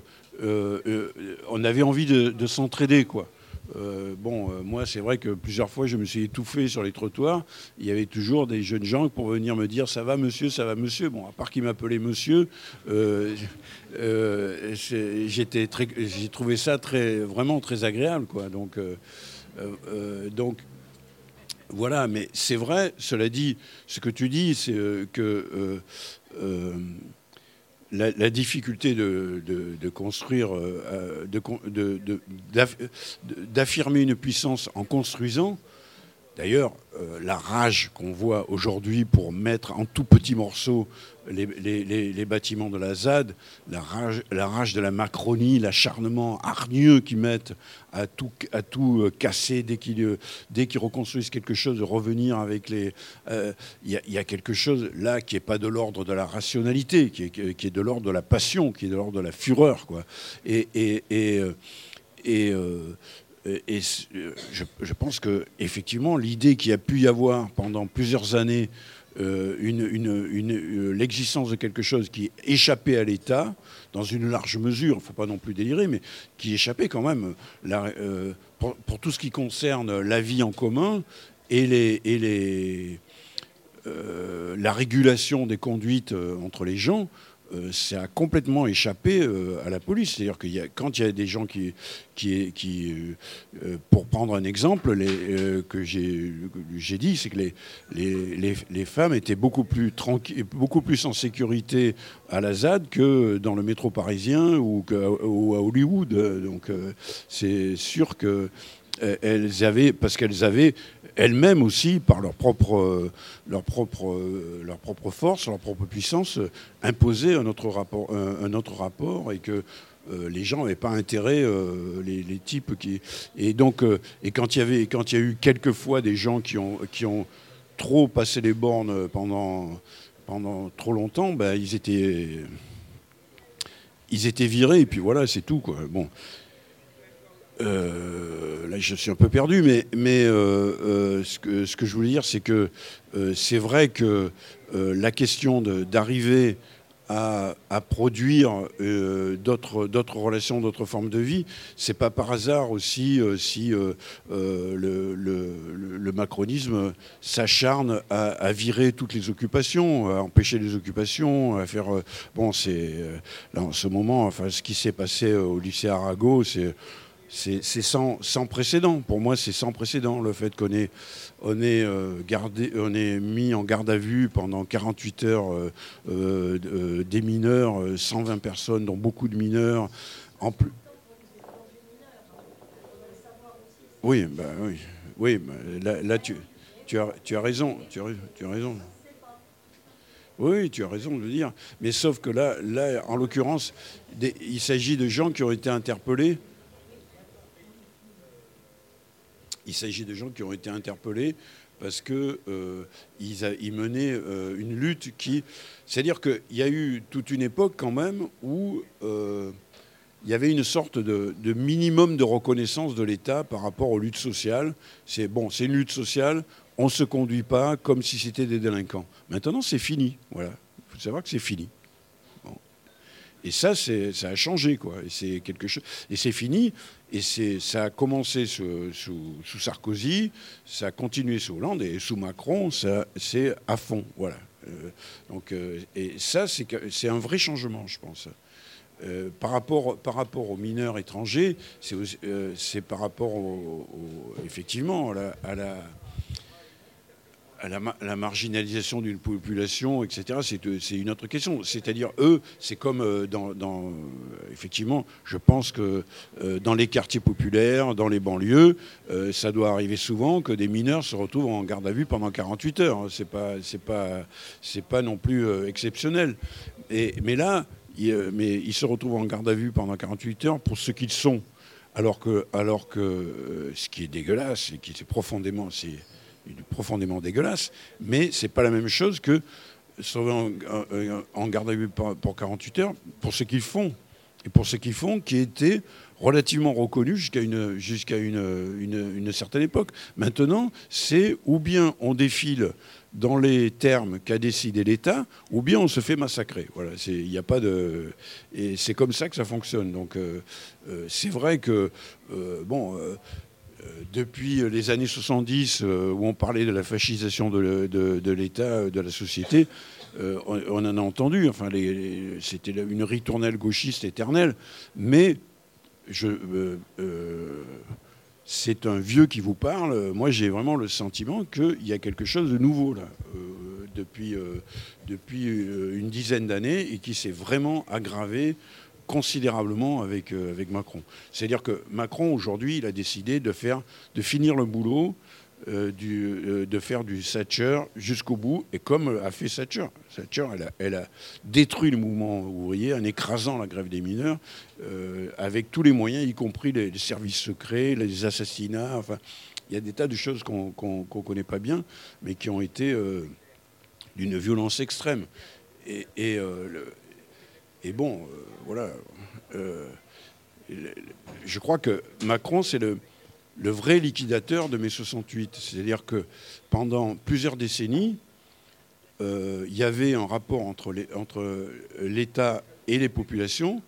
on avait envie de s'entraider, quoi. Moi, c'est vrai que plusieurs fois, je me suis étouffé sur les trottoirs. Il y avait toujours des jeunes gens pour venir me dire « ça va, monsieur, ça va, monsieur ». Bon, à part qu'ils m'appelaient monsieur, j'ai trouvé ça vraiment très agréable, quoi. Donc voilà, mais c'est vrai, cela dit, ce que tu dis, c'est que la difficulté de construire, d'affirmer une puissance en construisant. D'ailleurs, la rage qu'on voit aujourd'hui pour mettre en tout petits morceaux les bâtiments de la ZAD, la rage de la Macronie, l'acharnement hargneux qu'ils mettent à tout casser dès qu'ils reconstruisent quelque chose, de revenir avec les... Il y a quelque chose là qui n'est pas de l'ordre de la rationalité, qui est de l'ordre de la passion, qui est de l'ordre de la fureur, quoi. Je pense qu'effectivement, l'idée qu'il y a pu y avoir pendant plusieurs années, l'existence de quelque chose qui échappait à l'État, dans une large mesure, il ne faut pas non plus délirer, mais qui échappait quand même pour tout ce qui concerne la vie en commun et la régulation des conduites entre les gens. Ça a complètement échappé à la police. C'est-à-dire que quand il y a des gens qui pour prendre un exemple, que j'ai dit, c'est que les femmes étaient beaucoup plus tranquilles, beaucoup plus en sécurité à la ZAD que dans le métro parisien ou à Hollywood. Donc c'est sûr que parce qu'elles avaient elles-mêmes aussi, par leur propre force, leur propre puissance, imposé un autre rapport et que les gens n'avaient pas intérêt, les types qui... Et donc, et quand il y a eu quelques fois des gens qui ont trop passé les bornes pendant trop longtemps, ben, ils étaient virés, et puis voilà, c'est tout, quoi. Bon. Là, je suis un peu perdu, mais ce que je voulais dire, c'est que c'est vrai que la question d'arriver à produire d'autres relations, d'autres formes de vie, c'est pas par hasard aussi si le macronisme s'acharne à virer toutes les occupations, à empêcher les occupations, à faire... c'est là en ce moment, enfin, ce qui s'est passé au lycée Arago, c'est sans précédent. Pour moi, c'est sans précédent, le fait qu'on est mis en garde à vue pendant 48 heures des mineurs, 120 personnes, dont beaucoup de mineurs. En plus... Oui, là tu as raison. Tu as raison. Oui, tu as raison de le dire. Mais sauf que là en l'occurrence, il s'agit de gens qui ont été interpellés. Il s'agit de gens qui ont été interpellés parce qu'ils menaient une lutte qui... C'est-à-dire qu'il y a eu toute une époque quand même où il y avait une sorte de minimum de reconnaissance de l'État par rapport aux luttes sociales. C'est une lutte sociale, on ne se conduit pas comme si c'était des délinquants. Maintenant, c'est fini. Voilà. Il faut savoir que c'est fini. Et ça a changé, quoi. Et c'est quelque chose. Et c'est fini. Et ça a commencé sous Sarkozy, ça a continué sous Hollande, et sous Macron, c'est à fond. Voilà. Et ça, c'est un vrai changement, je pense. Par rapport aux mineurs étrangers, c'est par rapport effectivement la marginalisation d'une population, etc., c'est une autre question. C'est-à-dire, eux, c'est comme effectivement, je pense que dans les quartiers populaires, dans les banlieues, ça doit arriver souvent que des mineurs se retrouvent en garde à vue pendant 48 heures. C'est pas non plus exceptionnel. Mais là, ils se retrouvent en garde à vue pendant 48 heures pour ce qu'ils sont. Alors que ce qui est dégueulasse, et qui est profondément dégueulasse, mais c'est pas la même chose que se retrouver en garde à vue pour 48 heures pour ce qu'ils font. Et pour ce qu'ils font, qui était relativement reconnu jusqu'à une certaine époque. Maintenant, c'est ou bien on défile dans les termes qu'a décidé l'État, ou bien on se fait massacrer. Voilà, il n'y a pas de... Et c'est comme ça que ça fonctionne. Donc c'est vrai que, depuis les années 70, où on parlait de la fascisation de l'État, de la société, on en a entendu. Enfin, c'était une ritournelle gauchiste éternelle, mais c'est un vieux qui vous parle. Moi, j'ai vraiment le sentiment qu'il y a quelque chose de nouveau là, depuis une dizaine d'années, et qui s'est vraiment aggravé considérablement avec Macron. C'est-à-dire que Macron, aujourd'hui, il a décidé de finir le boulot, de faire du Thatcher jusqu'au bout, et comme a fait Thatcher. Thatcher, elle a détruit le mouvement ouvrier en écrasant la grève des mineurs, avec tous les moyens, y compris les services secrets, les assassinats. Enfin, il y a des tas de choses qu'on ne connaît pas bien, mais qui ont été d'une violence extrême. Voilà. Je crois que Macron, c'est le vrai liquidateur de mai 68. C'est-à-dire que pendant plusieurs décennies, il y avait un rapport entre l'État et les populations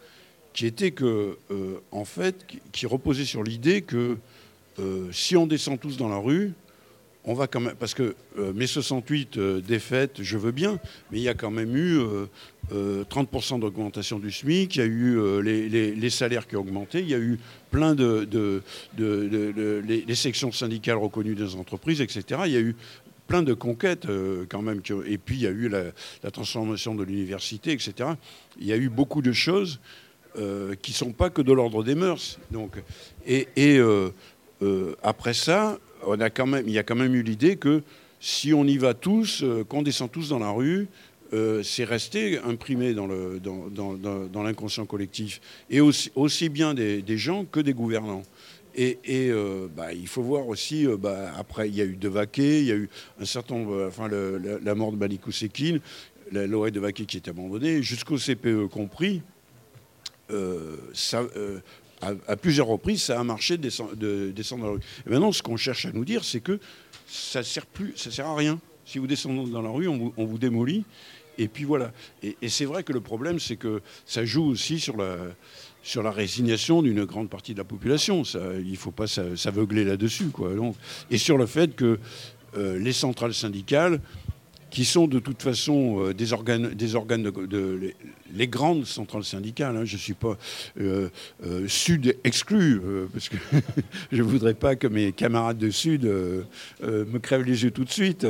qui reposait sur l'idée que si on descend tous dans la rue, on va quand même... Parce que mai 68, défaite, je veux bien, mais il y a quand même eu 30% d'augmentation du SMIC, il y a eu les salaires qui ont augmenté, il y a eu plein les sections syndicales reconnues des entreprises, etc. Il y a eu plein de conquêtes quand même. Et puis il y a eu la transformation de l'université, etc. Il y a eu beaucoup de choses qui ne sont pas que de l'ordre des mœurs. Donc, après ça, il y a quand même eu l'idée que si on y va tous, qu'on descend tous dans la rue, c'est resté imprimé dans l'inconscient collectif, et aussi bien des gens que des gouvernants. Il faut voir aussi, après il y a eu Devaquet, il y a eu un certain nombre, la mort de Malikou Sekine, la loi de Devaquet qui est abandonnée, jusqu'au CPE compris, à plusieurs reprises, ça a marché de descendre dans la rue. Et maintenant, ce qu'on cherche à nous dire, c'est que ça sert à rien. Si vous descendez dans la rue, on vous démolit. Et puis voilà. Et c'est vrai que le problème, c'est que ça joue aussi sur la résignation d'une grande partie de la population. Il ne faut pas s'aveugler là-dessus, quoi. Donc, et sur le fait que les centrales syndicales, qui sont de toute façon des organes les grandes centrales syndicales, hein, je ne suis pas Sud exclu, parce que je ne voudrais pas que mes camarades de Sud me crèvent les yeux tout de suite,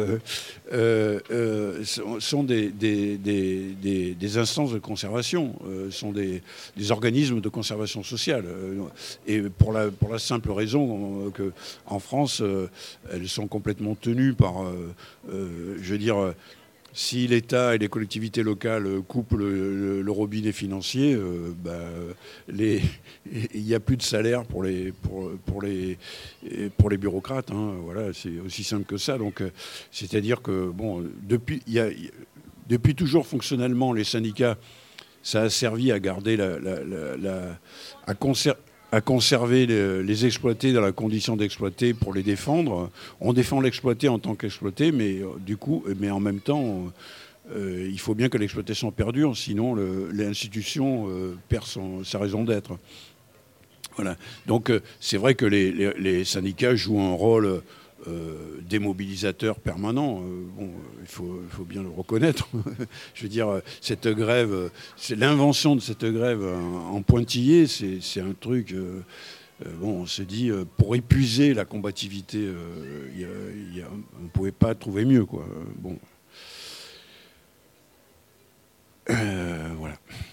sont des instances de conservation, sont des organismes de conservation sociale. Et pour la simple raison qu'en France, elles sont complètement tenues par, je veux dire, si l'État et les collectivités locales coupent le robinet financier, il n'y a plus de salaire pour les bureaucrates. Hein, voilà, c'est aussi simple que ça. Donc, c'est-à-dire que depuis toujours fonctionnellement, les syndicats, ça a servi à garder à conserver les exploités dans la condition d'exploiter pour les défendre. On défend l'exploité en tant qu'exploité, mais en même temps, il faut bien que l'exploitation perdure, sinon l'institution perd sa raison d'être. Voilà. Donc c'est vrai que les syndicats jouent un rôle démobilisateur permanent. Il faut bien le reconnaître. Je veux dire, cette grève, c'est l'invention de cette grève en pointillé, c'est un truc on se dit, pour épuiser la combativité, on ne pouvait pas trouver mieux, quoi. Bon. Voilà.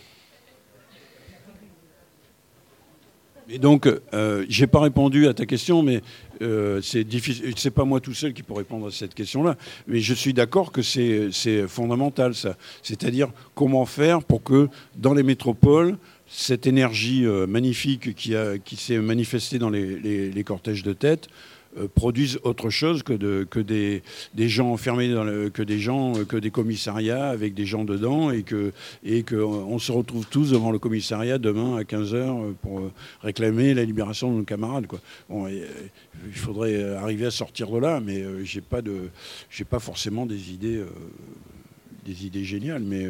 Et donc, j'ai pas répondu à ta question, mais c'est difficile. C'est pas moi tout seul qui peux répondre à cette question-là. Mais je suis d'accord que c'est fondamental, ça. C'est-à-dire comment faire pour que dans les métropoles, cette énergie magnifique qui s'est manifestée dans les cortèges de tête produisent autre chose que des gens enfermés que des commissariats avec des gens dedans et que on se retrouve tous devant le commissariat demain à 15h pour réclamer la libération de nos camarades, quoi. Bon, il faudrait arriver à sortir de là, mais j'ai pas forcément des idées géniales, mais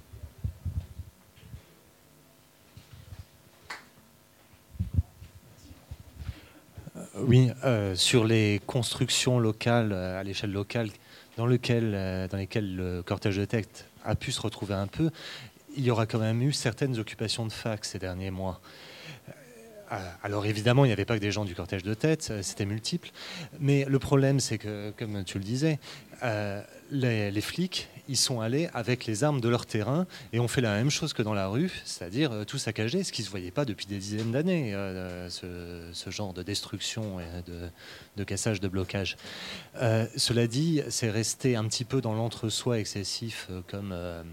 Oui, sur les constructions locales, à l'échelle locale, dans lesquelles le cortège de tête a pu se retrouver un peu, il y aura quand même eu certaines occupations de fac ces derniers mois. Alors évidemment, il n'y avait pas que des gens du cortège de tête, c'était multiple. Mais le problème, c'est que, comme tu le disais, les flics, ils sont allés avec les armes de leur terrain et ont fait la même chose que dans la rue, c'est-à-dire tout saccager, ce qui ne se voyait pas depuis des dizaines d'années, ce genre de destruction et de cassage, de blocage. Cela dit, c'est resté un petit peu dans l'entre-soi excessif comme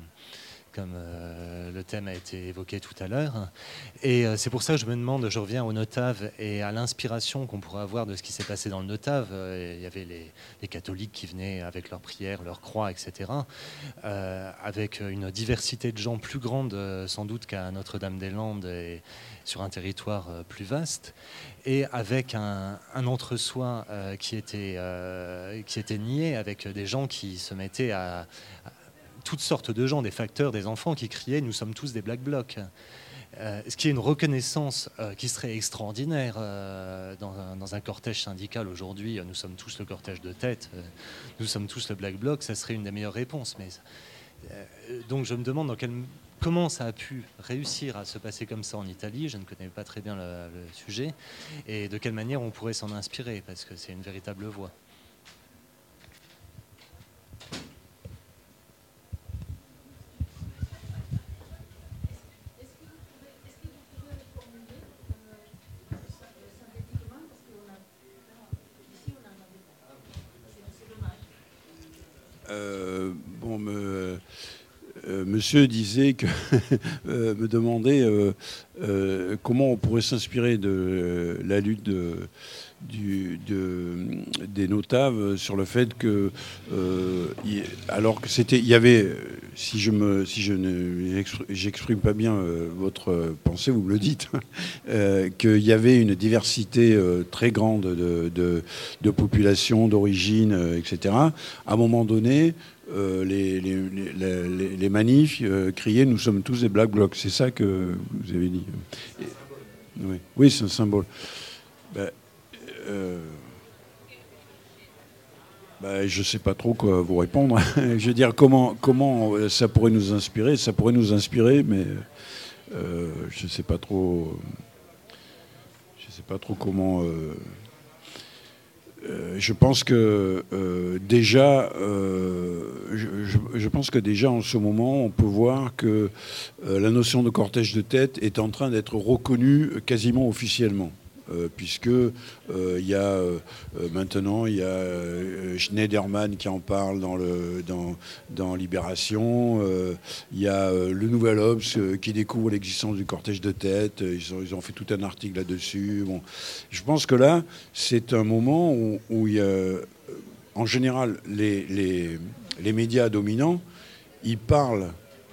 le thème a été évoqué tout à l'heure. Et c'est pour ça que je me demande, je reviens au Notave et à l'inspiration qu'on pourrait avoir de ce qui s'est passé dans le Notave. Il y avait les catholiques qui venaient avec leurs prières, leurs croix, etc. Avec une diversité de gens plus grande sans doute qu'à Notre-Dame-des-Landes et sur un territoire plus vaste. Et avec un entre-soi qui était nié, avec des gens qui se mettaient à toutes sortes de gens, des facteurs, des enfants qui criaient « nous sommes tous des Black Blocs ». Ce qui est une reconnaissance qui serait extraordinaire dans un cortège syndical aujourd'hui. Nous sommes tous le cortège de tête, nous sommes tous le Black Bloc, ça serait une des meilleures réponses. Mais, donc je me demande comment ça a pu réussir à se passer comme ça en Italie. Je ne connais pas très bien le sujet. Et de quelle manière on pourrait s'en inspirer, parce que c'est une véritable voie. Monsieur disait que me demandait comment on pourrait s'inspirer de la lutte des Notaves sur le fait que alors que il y avait, si j'exprime pas bien votre pensée, vous me le dites, qu'il y avait une diversité très grande de population, d'origine, etc. À un moment donné, les manifs criaient « nous sommes tous des Black Blocs ». C'est ça que vous avez dit. Oui, c'est un symbole. Je ne sais pas trop quoi vous répondre. Je veux dire, comment ça pourrait nous inspirer. Ça pourrait nous inspirer, mais je ne sais pas trop. Je sais pas trop comment. Je pense que déjà, je pense que déjà en ce moment, on peut voir que la notion de cortège de tête est en train d'être reconnue quasiment officiellement. Puisque maintenant il y a Schneiderman qui en parle dans Libération, il y a le Nouvel Obs qui découvre l'existence du cortège de tête, ils ont fait tout un article là-dessus. Bon. Je pense que là, c'est un moment où il y a, en général, les médias dominants, ils parlent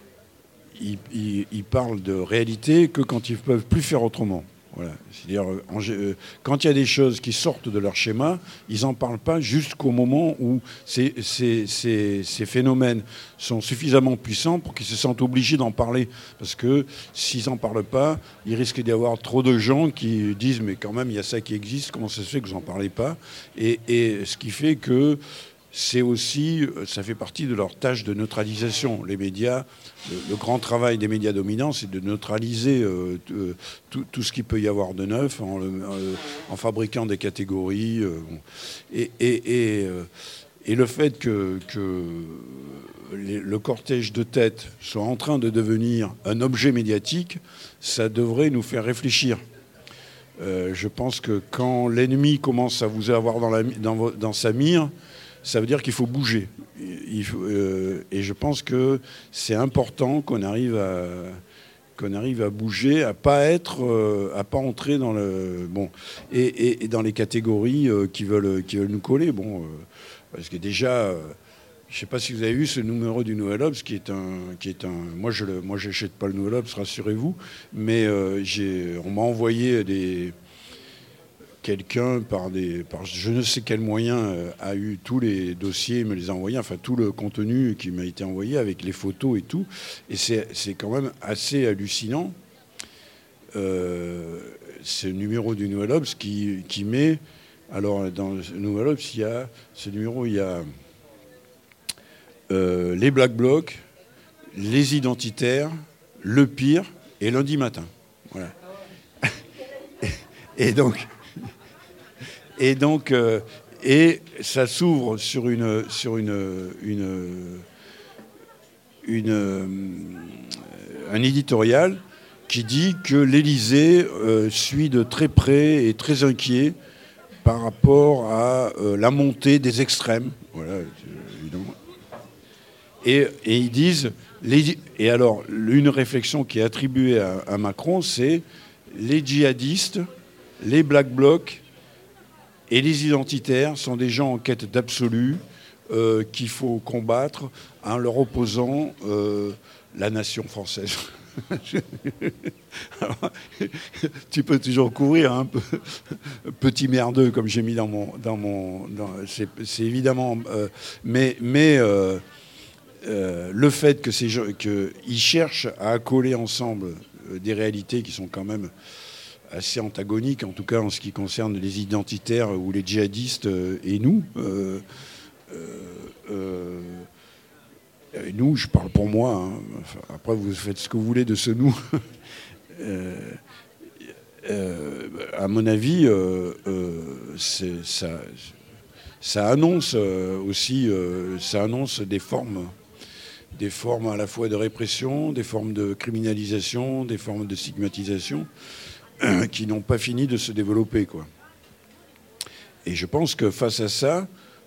de réalité que quand ils ne peuvent plus faire autrement. Voilà. C'est-à-dire, quand il y a des choses qui sortent de leur schéma, ils n'en parlent pas jusqu'au moment où ces phénomènes sont suffisamment puissants pour qu'ils se sentent obligés d'en parler. Parce que s'ils n'en parlent pas, il risque d'y avoir trop de gens qui disent « mais quand même, il y a ça qui existe, comment ça se fait que vous n'en parlez pas ?» Et ce qui fait que c'est aussi, ça fait partie de leur tâche de neutralisation. Les médias, le grand travail des médias dominants, c'est de neutraliser tout ce qu'il peut y avoir de neuf en fabriquant des catégories. Et le fait que le cortège de tête soit en train de devenir un objet médiatique, ça devrait nous faire réfléchir. Je pense que quand l'ennemi commence à vous avoir dans sa mire, ça veut dire qu'il faut bouger. Et je pense que c'est important qu'on arrive à bouger, à pas entrer dans le et dans les catégories qui veulent nous coller. Parce que déjà, je ne sais pas si vous avez vu ce numéro du Nouvel Obs qui est un. Moi, je n'achète pas le Nouvel Obs, rassurez-vous, mais on m'a envoyé quelqu'un par je ne sais quel moyen a eu tous les dossiers, me les a envoyés, enfin tout le contenu qui m'a été envoyé avec les photos et tout. Et c'est quand même assez hallucinant. Ce numéro du Nouvel Obs qui met. Alors dans le Nouvel Obs, il y a les Black Blocs, les identitaires, le pire et lundi matin. Voilà. Et ça s'ouvre sur un éditorial qui dit que l'Élysée suit de très près et très inquiet par rapport à la montée des extrêmes. Voilà, évidemment. Et ils disent... Et alors, une réflexion qui est attribuée à Macron, c'est les djihadistes, les Black Blocs et les identitaires sont des gens en quête d'absolu qu'il faut combattre en leur opposant la nation française. Alors, tu peux toujours courir un peu petit merdeux comme j'ai mis c'est évidemment mais le fait que ces gens qu'ils cherchent à accoler ensemble des réalités qui sont quand même assez antagoniques, en tout cas en ce qui concerne les identitaires ou les djihadistes et nous. Et nous, je parle pour moi. Hein. Enfin, après, vous faites ce que vous voulez de ce nous. À mon avis, ça annonce aussi, ça annonce des formes à la fois de répression, des formes de criminalisation, des formes de stigmatisation, qui n'ont pas fini de se développer, quoi. Et je pense que face à ça,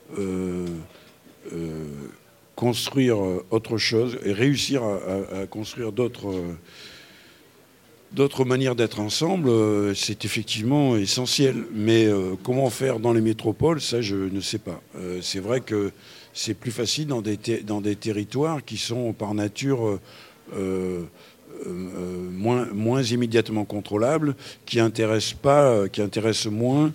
construire autre chose et réussir à construire d'autres manières d'être ensemble, c'est effectivement essentiel. Mais comment faire dans les métropoles, ça, je ne sais pas. C'est vrai que c'est plus facile dans des territoires qui sont par nature moins immédiatement contrôlables, qui intéressent moins...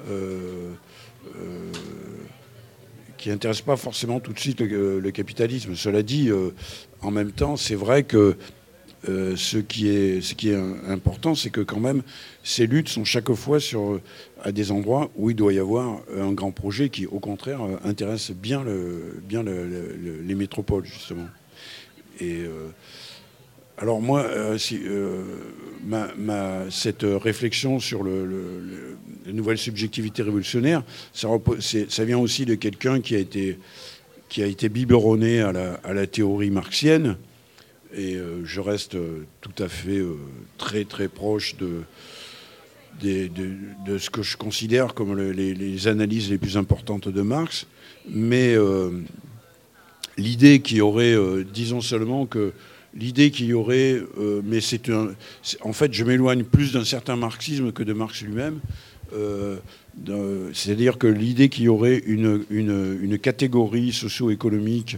qui n'intéresse pas forcément tout de suite le capitalisme. Cela dit, en même temps, c'est vrai que ce qui est important, c'est que quand même, ces luttes sont chaque fois à des endroits où il doit y avoir un grand projet qui, au contraire, intéresse bien les métropoles, justement. Et alors moi, cette réflexion sur la nouvelle subjectivité révolutionnaire, ça vient aussi de quelqu'un qui a été biberonné à la théorie marxienne. Et je reste tout à fait très très proche de ce que je considère comme les analyses les plus importantes de Marx. Mais l'idée qu'il y aurait, disons seulement que l'idée qu'il y aurait, mais en fait, je m'éloigne plus d'un certain marxisme que de Marx lui-même. C'est-à-dire que l'idée qu'il y aurait une catégorie socio-économique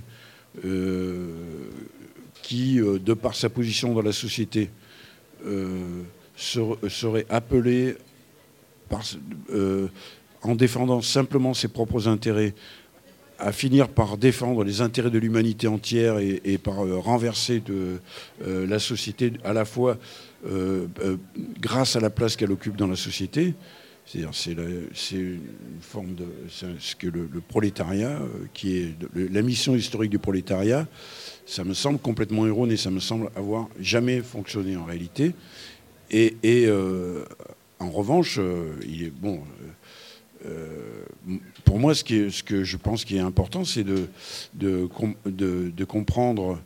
qui, de par sa position dans la société, serait appelée, en défendant simplement ses propres intérêts, à finir par défendre les intérêts de l'humanité entière et par renverser la société à la fois grâce à la place qu'elle occupe dans la société, C'est-à-dire, c'est une forme de... C'est ce que le prolétariat, qui est la mission historique du prolétariat, ça me semble complètement erroné. Ça me semble avoir jamais fonctionné en réalité. Et en revanche, il est bon... pour moi, ce que je pense qui est important, c'est de comprendre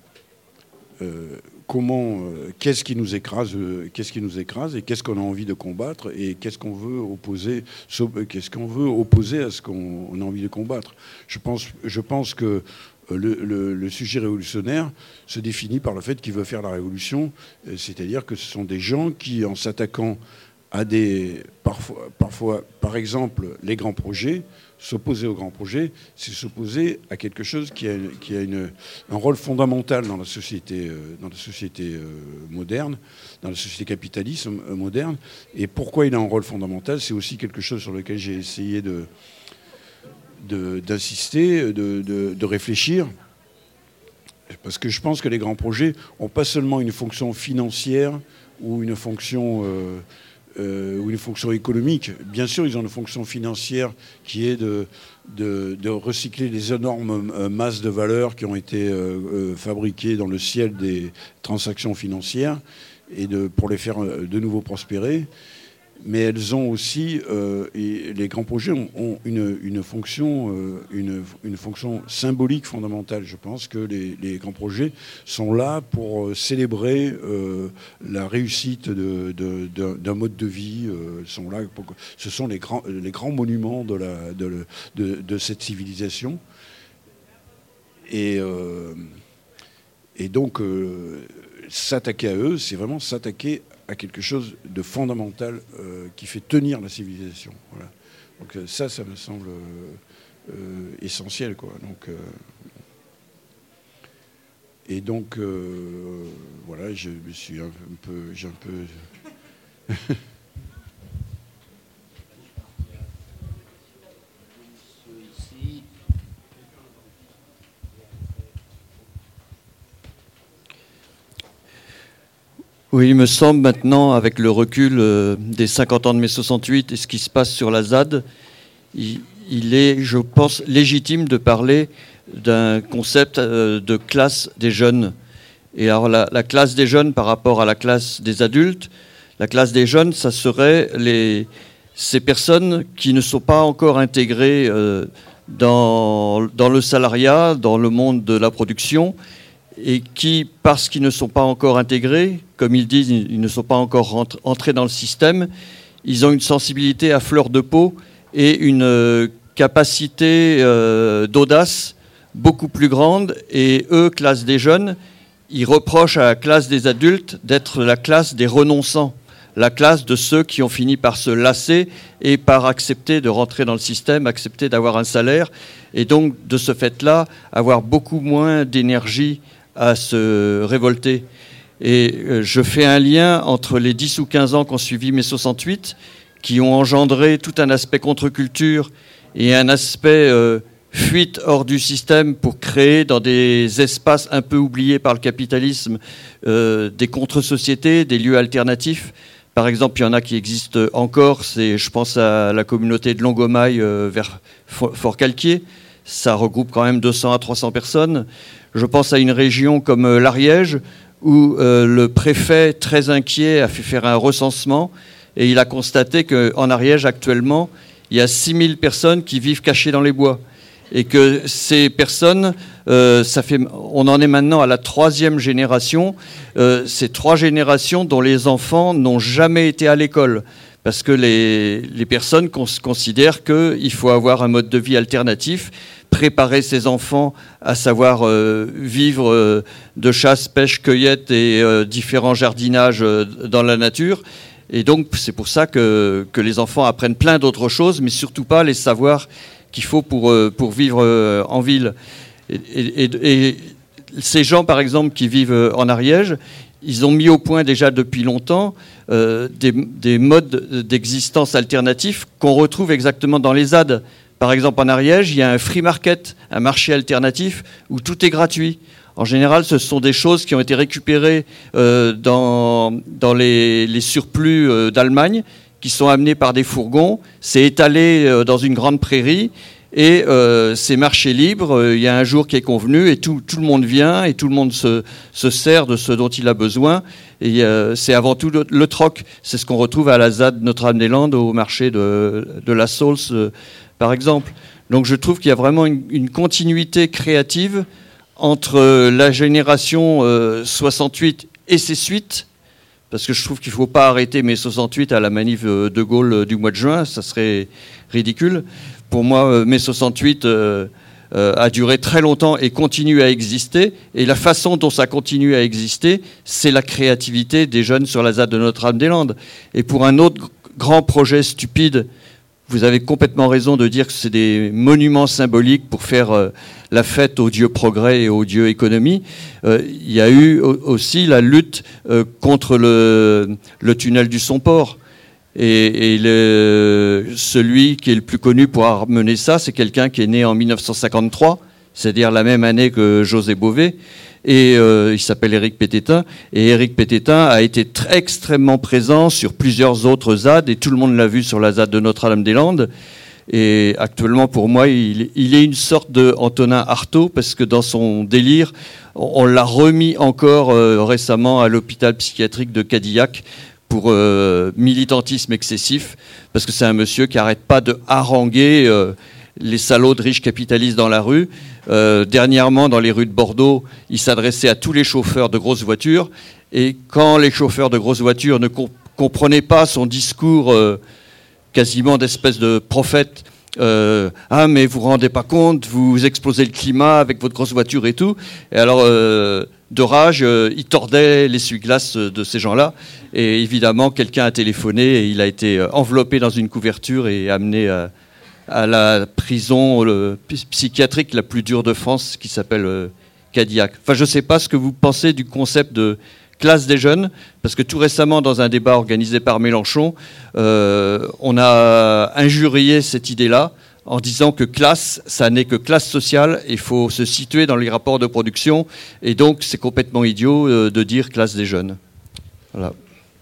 qu'est-ce qui nous écrase et qu'est-ce qu'on a envie de combattre et qu'est-ce qu'on veut opposer à ce qu'on a envie de combattre. Je pense que le sujet révolutionnaire se définit par le fait qu'il veut faire la révolution, c'est-à-dire que ce sont des gens qui, en s'attaquant à parfois, par exemple, les grands projets, s'opposer aux grands projets, c'est s'opposer à quelque chose qui a un rôle fondamental dans la société moderne, dans la société capitaliste moderne. Et pourquoi il a un rôle fondamental, c'est aussi quelque chose sur lequel j'ai essayé d'insister, de réfléchir. Parce que je pense que les grands projets n'ont pas seulement une fonction financière ou une fonction économique. Bien sûr, ils ont une fonction financière qui est de recycler les énormes masses de valeurs qui ont été fabriquées dans le ciel des transactions financières et pour les faire de nouveau prospérer. Mais elles ont aussi, et les grands projets ont une fonction symbolique fondamentale. Je pense que les grands projets sont là pour célébrer la réussite d'un mode de vie. Ce sont les grands monuments de cette civilisation. Et donc, s'attaquer à eux, c'est vraiment s'attaquer à quelque chose de fondamental qui fait tenir la civilisation. Voilà. Donc ça me semble essentiel, quoi. Donc, et donc, voilà, j'ai un peu Oui, il me semble maintenant, avec le recul des 50 ans de mai 68 et ce qui se passe sur la ZAD, il est, je pense, légitime de parler d'un concept de classe des jeunes. Et alors la classe des jeunes par rapport à la classe des adultes, la classe des jeunes, ça serait ces personnes qui ne sont pas encore intégrées dans le salariat, dans le monde de la production, et qui, parce qu'ils ne sont pas encore intégrés, comme ils disent, ils ne sont pas encore entrés dans le système, ils ont une sensibilité à fleur de peau et une capacité d'audace beaucoup plus grande. Et eux, classe des jeunes, ils reprochent à la classe des adultes d'être la classe des renonçants, la classe de ceux qui ont fini par se lasser et par accepter de rentrer dans le système, accepter d'avoir un salaire, et donc, de ce fait-là, avoir beaucoup moins d'énergie à se révolter. Et je fais un lien entre les 10 ou 15 ans qu'ont suivi mai 68, qui ont engendré tout un aspect contre-culture et un aspect fuite hors du système pour créer dans des espaces un peu oubliés par le capitalisme des contre-sociétés, des lieux alternatifs. Par exemple, il y en a qui existent encore, je pense à la communauté de Longomaille vers Fort-Calquier. Ça regroupe quand même 200 à 300 personnes. Je pense à une région comme l'Ariège, où le préfet, très inquiet, a fait faire un recensement et il a constaté qu'en Ariège, actuellement, il y a 6000 personnes qui vivent cachées dans les bois. Et que ces personnes, on en est maintenant à la 3e génération, ces 3 générations dont les enfants n'ont jamais été à l'école. Parce que les personnes considèrent qu'il faut avoir un mode de vie alternatif, préparer ses enfants à savoir vivre de chasse, pêche, cueillette et différents jardinages dans la nature. Et donc, c'est pour ça que les enfants apprennent plein d'autres choses, mais surtout pas les savoirs qu'il faut pour vivre en ville. Et ces gens, par exemple, qui vivent en Ariège, ils ont mis au point déjà depuis longtemps des modes d'existence alternatifs qu'on retrouve exactement dans les ZAD. Par exemple, en Ariège, il y a un free market, un marché alternatif où tout est gratuit. En général, ce sont des choses qui ont été récupérées dans les surplus d'Allemagne, qui sont amenés par des fourgons. C'est étalé dans une grande prairie. Et c'est marché libre, il y a un jour qui est convenu et tout le monde vient et tout le monde se sert de ce dont il a besoin. Et c'est avant tout le troc. C'est ce qu'on retrouve à la ZAD Notre-Dame-des-Landes, au marché de la Saulce, par exemple. Donc je trouve qu'il y a vraiment une continuité créative entre la génération 68 et ses suites, parce que je trouve qu'il ne faut pas arrêter mai 68 à la manif de Gaulle du mois de juin, ça serait ridicule. Pour moi, mai 68 a duré très longtemps et continue à exister. Et la façon dont ça continue à exister, c'est la créativité des jeunes sur la ZAD de Notre-Dame-des-Landes. Et pour un autre grand projet stupide, vous avez complètement raison de dire que c'est des monuments symboliques pour faire la fête au dieu progrès et au dieu économie. Il y a eu aussi la lutte contre le tunnel du Somport. Et celui qui est le plus connu pour avoir mené ça, c'est quelqu'un qui est né en 1953, c'est-à-dire la même année que José Bové, et il s'appelle Éric Pététin. Et Éric Pététin a été extrêmement présent sur plusieurs autres ZAD, et tout le monde l'a vu sur la ZAD de Notre-Dame-des-Landes. Et actuellement, pour moi, il est une sorte de Antonin Artaud, parce que dans son délire, on l'a remis encore récemment à l'hôpital psychiatrique de Cadillac, pour militantisme excessif, parce que c'est un monsieur qui n'arrête pas de haranguer les salauds de riches capitalistes dans la rue. Dernièrement, dans les rues de Bordeaux, il s'adressait à tous les chauffeurs de grosses voitures, et quand les chauffeurs de grosses voitures ne comprenaient pas son discours quasiment d'espèce de prophète, ah mais vous vous rendez pas compte, vous explosez le climat avec votre grosse voiture et tout, et alors de rage, il tordait l'essuie-glace de ces gens-là. Et évidemment, quelqu'un a téléphoné et il a été enveloppé dans une couverture et amené à la prison psychiatrique la plus dure de France, qui s'appelle Cadillac. Enfin, je ne sais pas ce que vous pensez du concept de classe des jeunes, parce que tout récemment, dans un débat organisé par Mélenchon, on a injurié cette idée-là, en disant que classe, ça n'est que classe sociale, il faut se situer dans les rapports de production, et donc c'est complètement idiot de dire classe des jeunes. Voilà.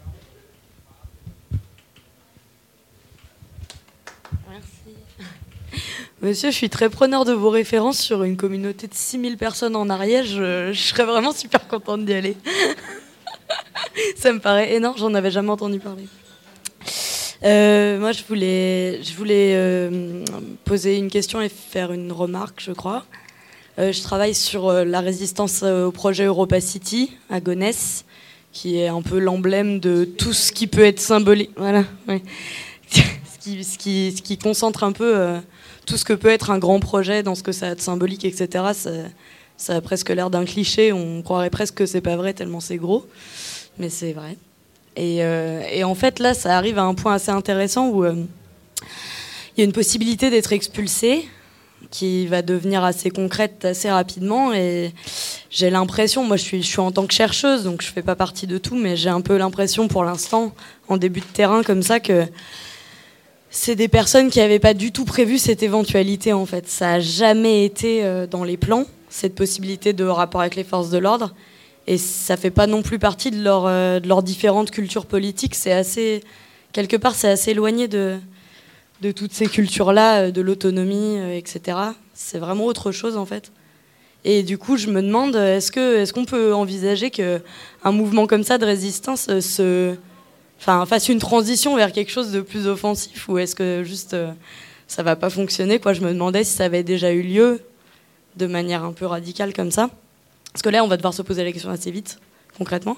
Merci. Monsieur, je suis très preneur de vos références sur une communauté de 6000 personnes en Ariège. Je serais vraiment super contente d'y aller. Ça me paraît énorme, j'en avais jamais entendu parler. Moi, je voulais poser une question et faire une remarque, je crois. Je travaille sur la résistance au projet Europa City à Gonesse, qui est un peu l'emblème de tout ce qui peut être symbolique. Voilà, ouais. ce qui concentre un peu tout ce que peut être un grand projet dans ce que ça a de symbolique, etc. Ça a presque l'air d'un cliché. On croirait presque que c'est pas vrai tellement c'est gros, mais c'est vrai. Et en fait, là, ça arrive à un point assez intéressant où il y a une possibilité d'être expulsé qui va devenir assez concrète assez rapidement. Et j'ai l'impression, moi je suis en tant que chercheuse, donc je fais pas partie de tout, mais j'ai un peu l'impression pour l'instant, en début de terrain comme ça, que c'est des personnes qui n'avaient pas du tout prévu cette éventualité en fait. Ça n'a jamais été dans les plans, cette possibilité de rapport avec les forces de l'ordre. Et ça fait pas non plus partie de leurs différentes cultures politiques. C'est assez, quelque part, c'est assez éloigné de toutes ces cultures-là, de l'autonomie, etc. C'est vraiment autre chose, en fait. Et du coup, je me demande, est-ce qu'on peut envisager qu'un mouvement comme ça de résistance fasse une transition vers quelque chose de plus offensif, ou est-ce que juste ça va pas fonctionner, quoi. Je me demandais si ça avait déjà eu lieu de manière un peu radicale comme ça. Parce que là, on va devoir se poser la question assez vite, concrètement.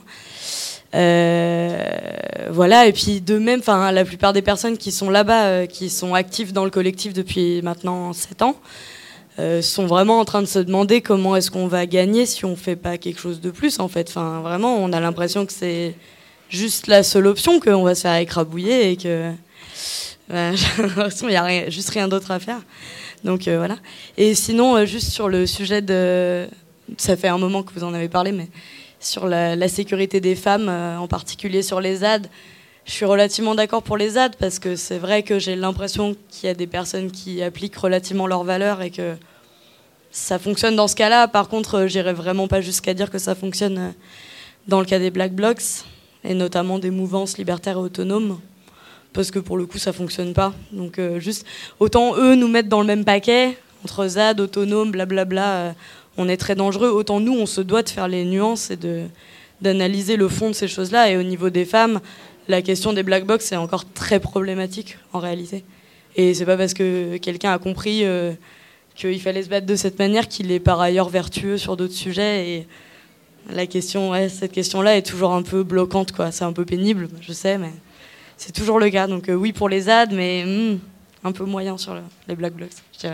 Voilà, et puis de même, la plupart des personnes qui sont là-bas, qui sont actives dans le collectif depuis maintenant 7 ans, sont vraiment en train de se demander comment est-ce qu'on va gagner si on ne fait pas quelque chose de plus, en fait. Enfin, vraiment, on a l'impression que c'est juste la seule option, qu'on va se faire écrabouiller et que j'ai l'impression qu'il n'y a juste rien d'autre à faire. Donc voilà. Et sinon, juste sur le sujet de... Ça fait un moment que vous en avez parlé, mais sur la sécurité des femmes, en particulier sur les ZAD, je suis relativement d'accord pour les ZAD, parce que c'est vrai que j'ai l'impression qu'il y a des personnes qui appliquent relativement leurs valeurs et que ça fonctionne dans ce cas-là. Par contre, j'irais vraiment pas jusqu'à dire que ça fonctionne dans le cas des Black Blocs, et notamment des mouvances libertaires et autonomes, parce que pour le coup ça fonctionne pas. Donc juste autant eux nous mettre dans le même paquet entre ZAD, autonome, blablabla, on est très dangereux. Autant nous on se doit de faire les nuances et d'analyser le fond de ces choses-là. Et au niveau des femmes, la question des black box est encore très problématique en réalité. Et c'est pas parce que quelqu'un a compris qu'il fallait se battre de cette manière qu'il est par ailleurs vertueux sur d'autres sujets. Et la question, cette question-là est toujours un peu bloquante, quoi. C'est un peu pénible, je sais, mais c'est toujours le cas. Donc oui pour les ZAD, mais un peu moyen sur les black blocs, je dirais.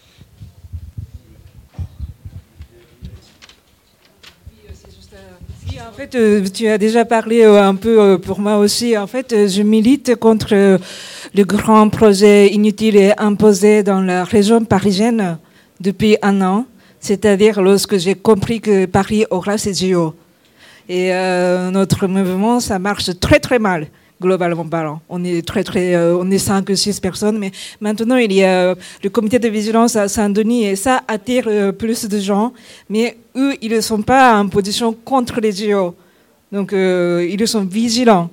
En fait, tu as déjà parlé un peu pour moi aussi. En fait, je milite contre le grand projet inutile et imposé dans la région parisienne depuis 1 an. C'est-à-dire lorsque j'ai compris que Paris aura ses JO. Et notre mouvement, ça marche très très mal, globalement parlant. On est on est 5 ou 6 personnes, mais maintenant il y a le comité de vigilance à Saint-Denis et ça attire plus de gens. Mais eux, ils ne sont pas en position contre les JO. Donc ils sont vigilants.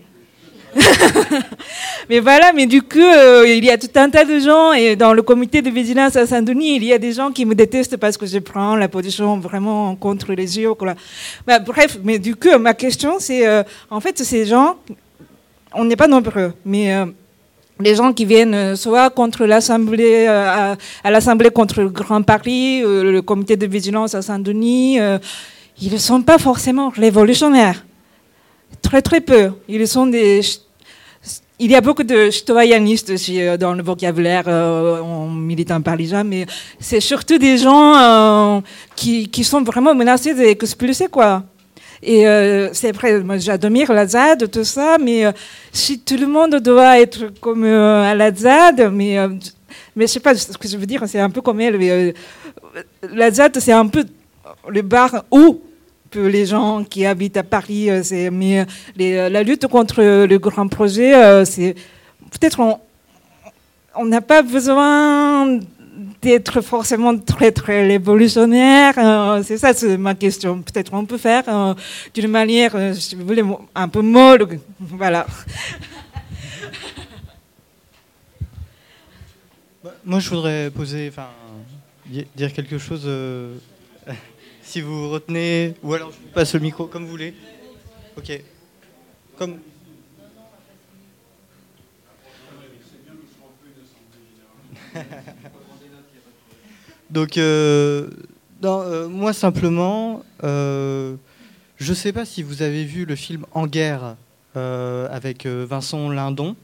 Mais voilà, mais du coup, il y a tout un tas de gens et dans le comité de vigilance à Saint-Denis, il y a des gens qui me détestent parce que je prends la position vraiment contre les JO. Bah, bref, mais du coup, ma question, c'est en fait, ces gens, on n'est pas nombreux, mais les gens qui viennent soit contre l'Assemblée, à l'Assemblée contre le Grand Paris, le comité de vigilance à Saint-Denis, ils ne sont pas forcément révolutionnaires. Très très peu. Il y a beaucoup de citoyennistes aussi dans le vocabulaire en militant parisien, mais c'est surtout des gens qui sont vraiment menacés d'expulser, quoi. Et c'est vrai, moi j'admire la ZAD, tout ça, mais si tout le monde doit être comme à la ZAD, mais je sais pas ce que je veux dire, c'est un peu comme elle. La ZAD, c'est un peu le bar où les gens qui habitent à Paris, mais la lutte contre le grand projet, c'est peut-être on n'a pas besoin d'être forcément très très révolutionnaire. C'est ça, c'est ma question. Peut-être on peut faire d'une manière, si vous voulez, un peu molle. Voilà. Moi, je voudrais dire quelque chose. Si vous retenez, ou alors je vous passe le micro, comme vous voulez. Ok. Comme. Donc, moi simplement, je ne sais pas si vous avez vu le film En guerre avec Vincent Lindon,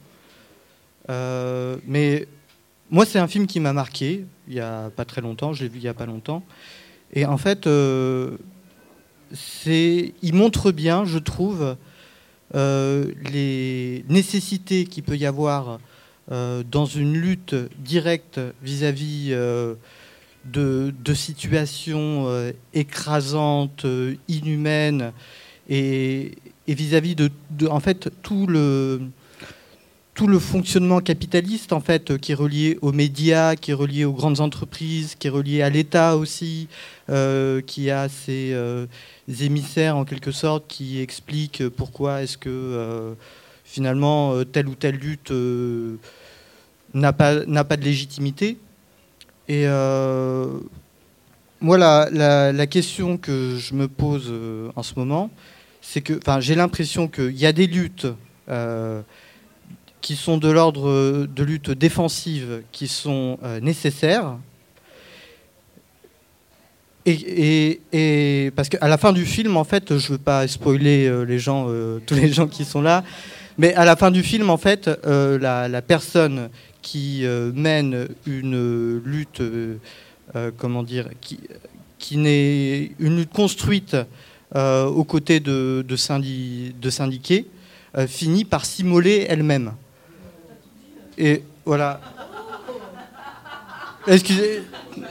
mais moi c'est un film qui m'a marqué il n'y a pas très longtemps, je l'ai vu il n'y a pas longtemps. Et en fait, il montre bien, je trouve, les nécessités qu'il peut y avoir dans une lutte directe vis-à-vis de situations écrasantes, inhumaines, et vis-à-vis de en fait, tout le fonctionnement capitaliste en fait, qui est relié aux médias, qui est relié aux grandes entreprises, qui est relié à l'État aussi, qui a ses émissaires en quelque sorte qui expliquent pourquoi est-ce que finalement telle ou telle lutte n'a pas de légitimité. Et moi la question que je me pose en ce moment, c'est que j'ai l'impression qu'il y a des luttes qui sont de l'ordre de lutte défensive, qui sont nécessaires. Et parce qu'à la fin du film, en fait, je ne veux pas spoiler les gens, tous les gens qui sont là, mais à la fin du film, en fait, la personne qui mène une lutte, comment dire, qui n'est une lutte construite aux côtés de syndiqués, finit par s'immoler elle-même. Et voilà. Excusez.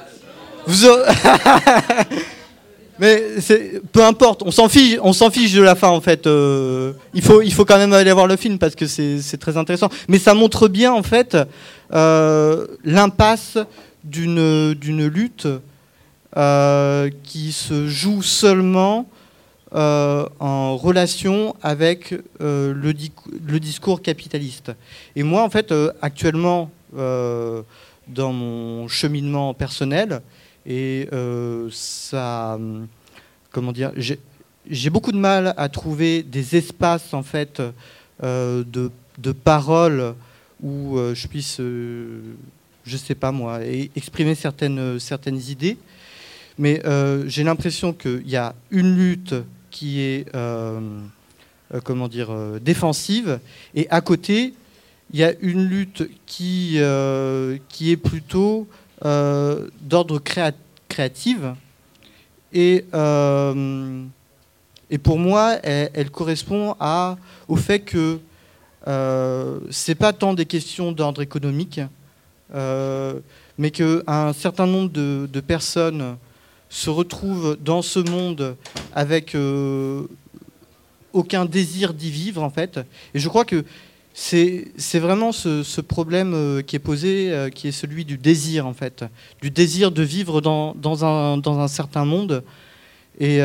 Mais peu importe, on s'en fiche de la fin en fait. Il faut quand même aller voir le film parce que c'est très intéressant. Mais ça montre bien en fait l'impasse d'une lutte qui se joue seulement en relation avec le discours capitaliste. Et moi, en fait, actuellement, dans mon cheminement personnel, et ça, comment dire, j'ai beaucoup de mal à trouver des espaces, en fait, de parole où je puisse, je sais pas moi, exprimer certaines idées. Mais j'ai l'impression qu'il y a une lutte qui est comment dire, défensive, et à côté, il y a une lutte qui est plutôt d'ordre créatif. Et pour moi, elle correspond au fait que c'est pas tant des questions d'ordre économique, mais qu'un certain nombre de personnes se retrouvent dans ce monde avec aucun désir d'y vivre, en fait. Et je crois que c'est vraiment ce problème qui est posé, qui est celui du désir, en fait, du désir de vivre dans un certain monde. Et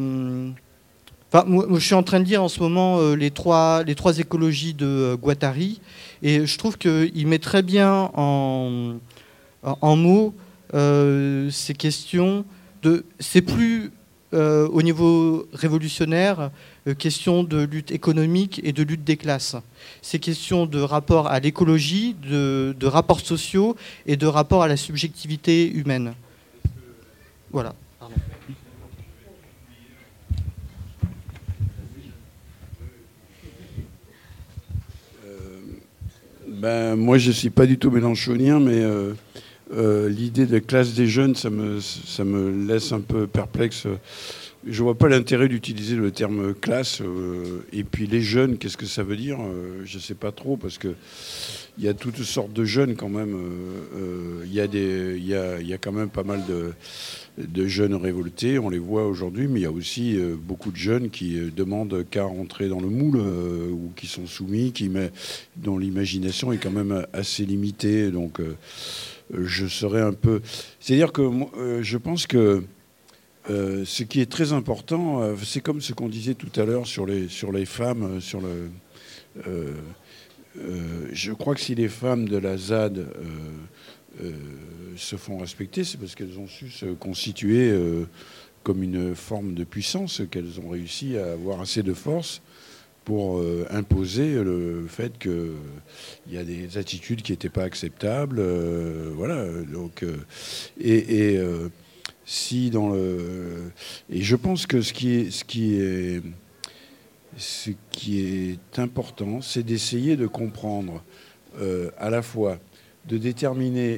moi, je suis en train de lire en ce moment les trois écologies de Guattari, et je trouve qu'il met très bien en mots ces questions. C'est plus au niveau révolutionnaire question de lutte économique et de lutte des classes. C'est question de rapport à l'écologie, de rapports sociaux et de rapport à la subjectivité humaine. Voilà. Pardon. Moi, je ne suis pas du tout mélenchonien, mais l'idée de classe des jeunes, ça me laisse un peu perplexe. Je ne vois pas l'intérêt d'utiliser le terme classe. Et puis les jeunes, qu'est-ce que ça veut dire? Je ne sais pas trop, parce qu'il y a toutes sortes de jeunes quand même. Il y a quand même pas mal de jeunes révoltés, on les voit aujourd'hui, mais il y a aussi beaucoup de jeunes qui demandent qu'à rentrer dans le moule, ou qui sont soumis, dont l'imagination est quand même assez limitée. Donc je serais un peu... C'est-à-dire que je pense que ce qui est très important, c'est comme ce qu'on disait tout à l'heure sur les femmes, je crois que si les femmes de la ZAD se font respecter, c'est parce qu'elles ont su se constituer comme une forme de puissance, qu'elles ont réussi à avoir assez de force pour imposer le fait qu'il y a des attitudes qui n'étaient pas acceptables. Voilà. Donc, et je pense que ce qui est important, c'est d'essayer de comprendre à la fois, de déterminer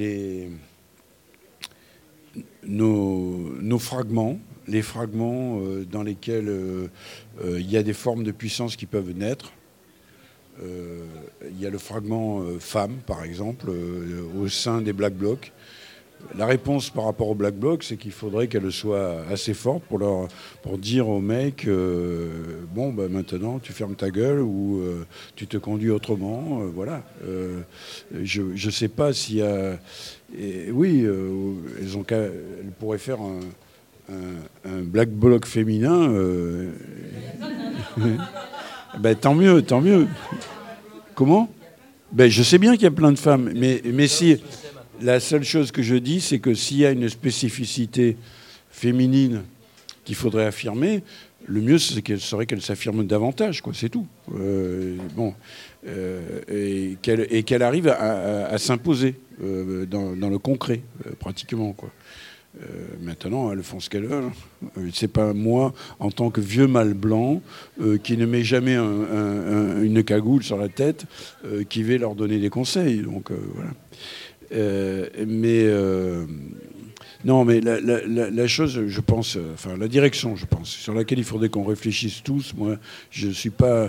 nos fragments, les fragments dans lesquels il y a des formes de puissance qui peuvent naître. Il y a le fragment femme, par exemple, au sein des Black Blocs. La réponse par rapport aux Black Blocs, c'est qu'il faudrait qu'elle soit assez forte pour dire aux mecs bon, bah, maintenant, tu fermes ta gueule ou tu te conduis autrement. Voilà. Je ne sais pas s'il y a... oui, elles pourraient faire un Black Bloc féminin. Ben, tant mieux, tant mieux. Comment? Ben, je sais bien qu'il y a plein de femmes, mais si... La seule chose que je dis, c'est que s'il y a une spécificité féminine qu'il faudrait affirmer, le mieux serait qu'elle s'affirme davantage, quoi, c'est tout. Et qu'elle arrive à s'imposer dans le concret, pratiquement, quoi. Maintenant, elles font ce qu'elles veulent. C'est pas moi, en tant que vieux mâle blanc, qui ne met jamais une cagoule sur la tête, qui vais leur donner des conseils. Donc voilà. Non, mais la chose, je pense, enfin la direction, je pense, sur laquelle il faudrait qu'on réfléchisse tous. Moi, je suis pas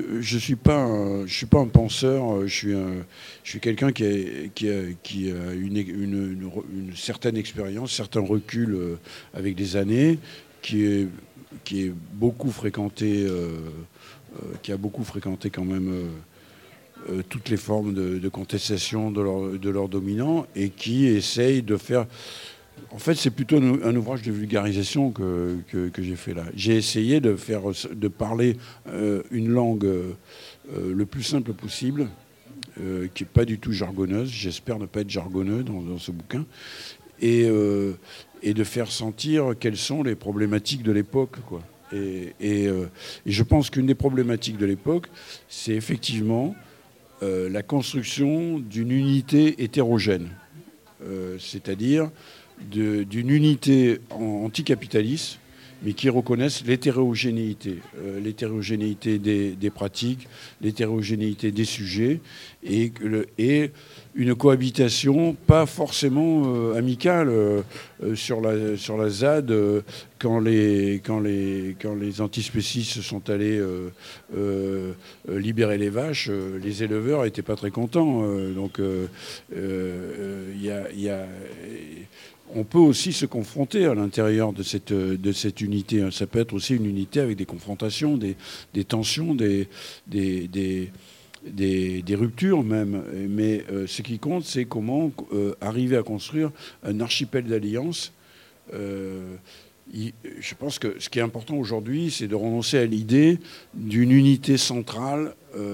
un penseur. Je suis quelqu'un qui a une certaine expérience, certains reculs avec des années, qui est beaucoup fréquenté, qui a beaucoup fréquenté quand même. Toutes les formes de contestation de leurs dominants, et qui essayent de faire En fait, c'est plutôt un ouvrage de vulgarisation que j'ai fait là. J'ai essayé de parler une langue le plus simple possible, qui n'est pas du tout jargonneuse. J'espère ne pas être jargonneux dans ce bouquin. Et de faire sentir quelles sont les problématiques de l'époque, quoi. Et je pense qu'une des problématiques de l'époque, c'est effectivement la construction d'une unité hétérogène, c'est-à-dire d'une unité anticapitaliste, mais qui reconnaissent l'hétérogénéité des pratiques, l'hétérogénéité des sujets, et une cohabitation pas forcément amicale sur la ZAD. Quand les antispécistes sont allés libérer les vaches, les éleveurs n'étaient pas très contents. On peut aussi se confronter à l'intérieur de cette unité. Ça peut être aussi une unité avec des confrontations, des tensions, des ruptures même. Mais ce qui compte, c'est comment arriver à construire un archipel d'alliances. Je pense que ce qui est important aujourd'hui, c'est de renoncer à l'idée d'une unité centrale,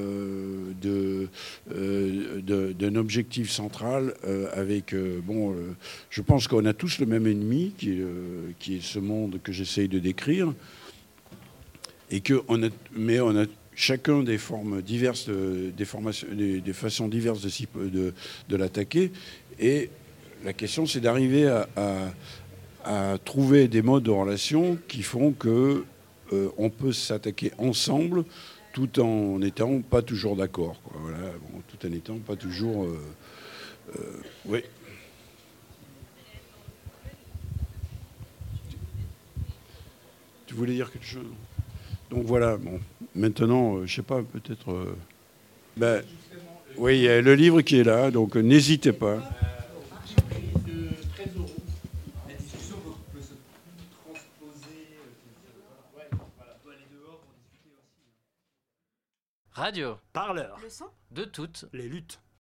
d'un objectif central avec... je pense qu'on a tous le même ennemi, qui est ce monde que j'essaye de décrire, et on a chacun des formes diverses, des façons diverses de l'attaquer. Et la question, c'est d'arriver à trouver des modes de relation qui font que on peut s'attaquer ensemble tout en n'étant pas toujours d'accord. Voilà, tout en n'étant pas toujours... oui. Tu voulais dire quelque chose? Donc voilà, bon. Maintenant, je sais pas, peut-être... oui, il y a le livre qui est là, donc n'hésitez pas. Radio. Parleur. Le son. De toutes les luttes.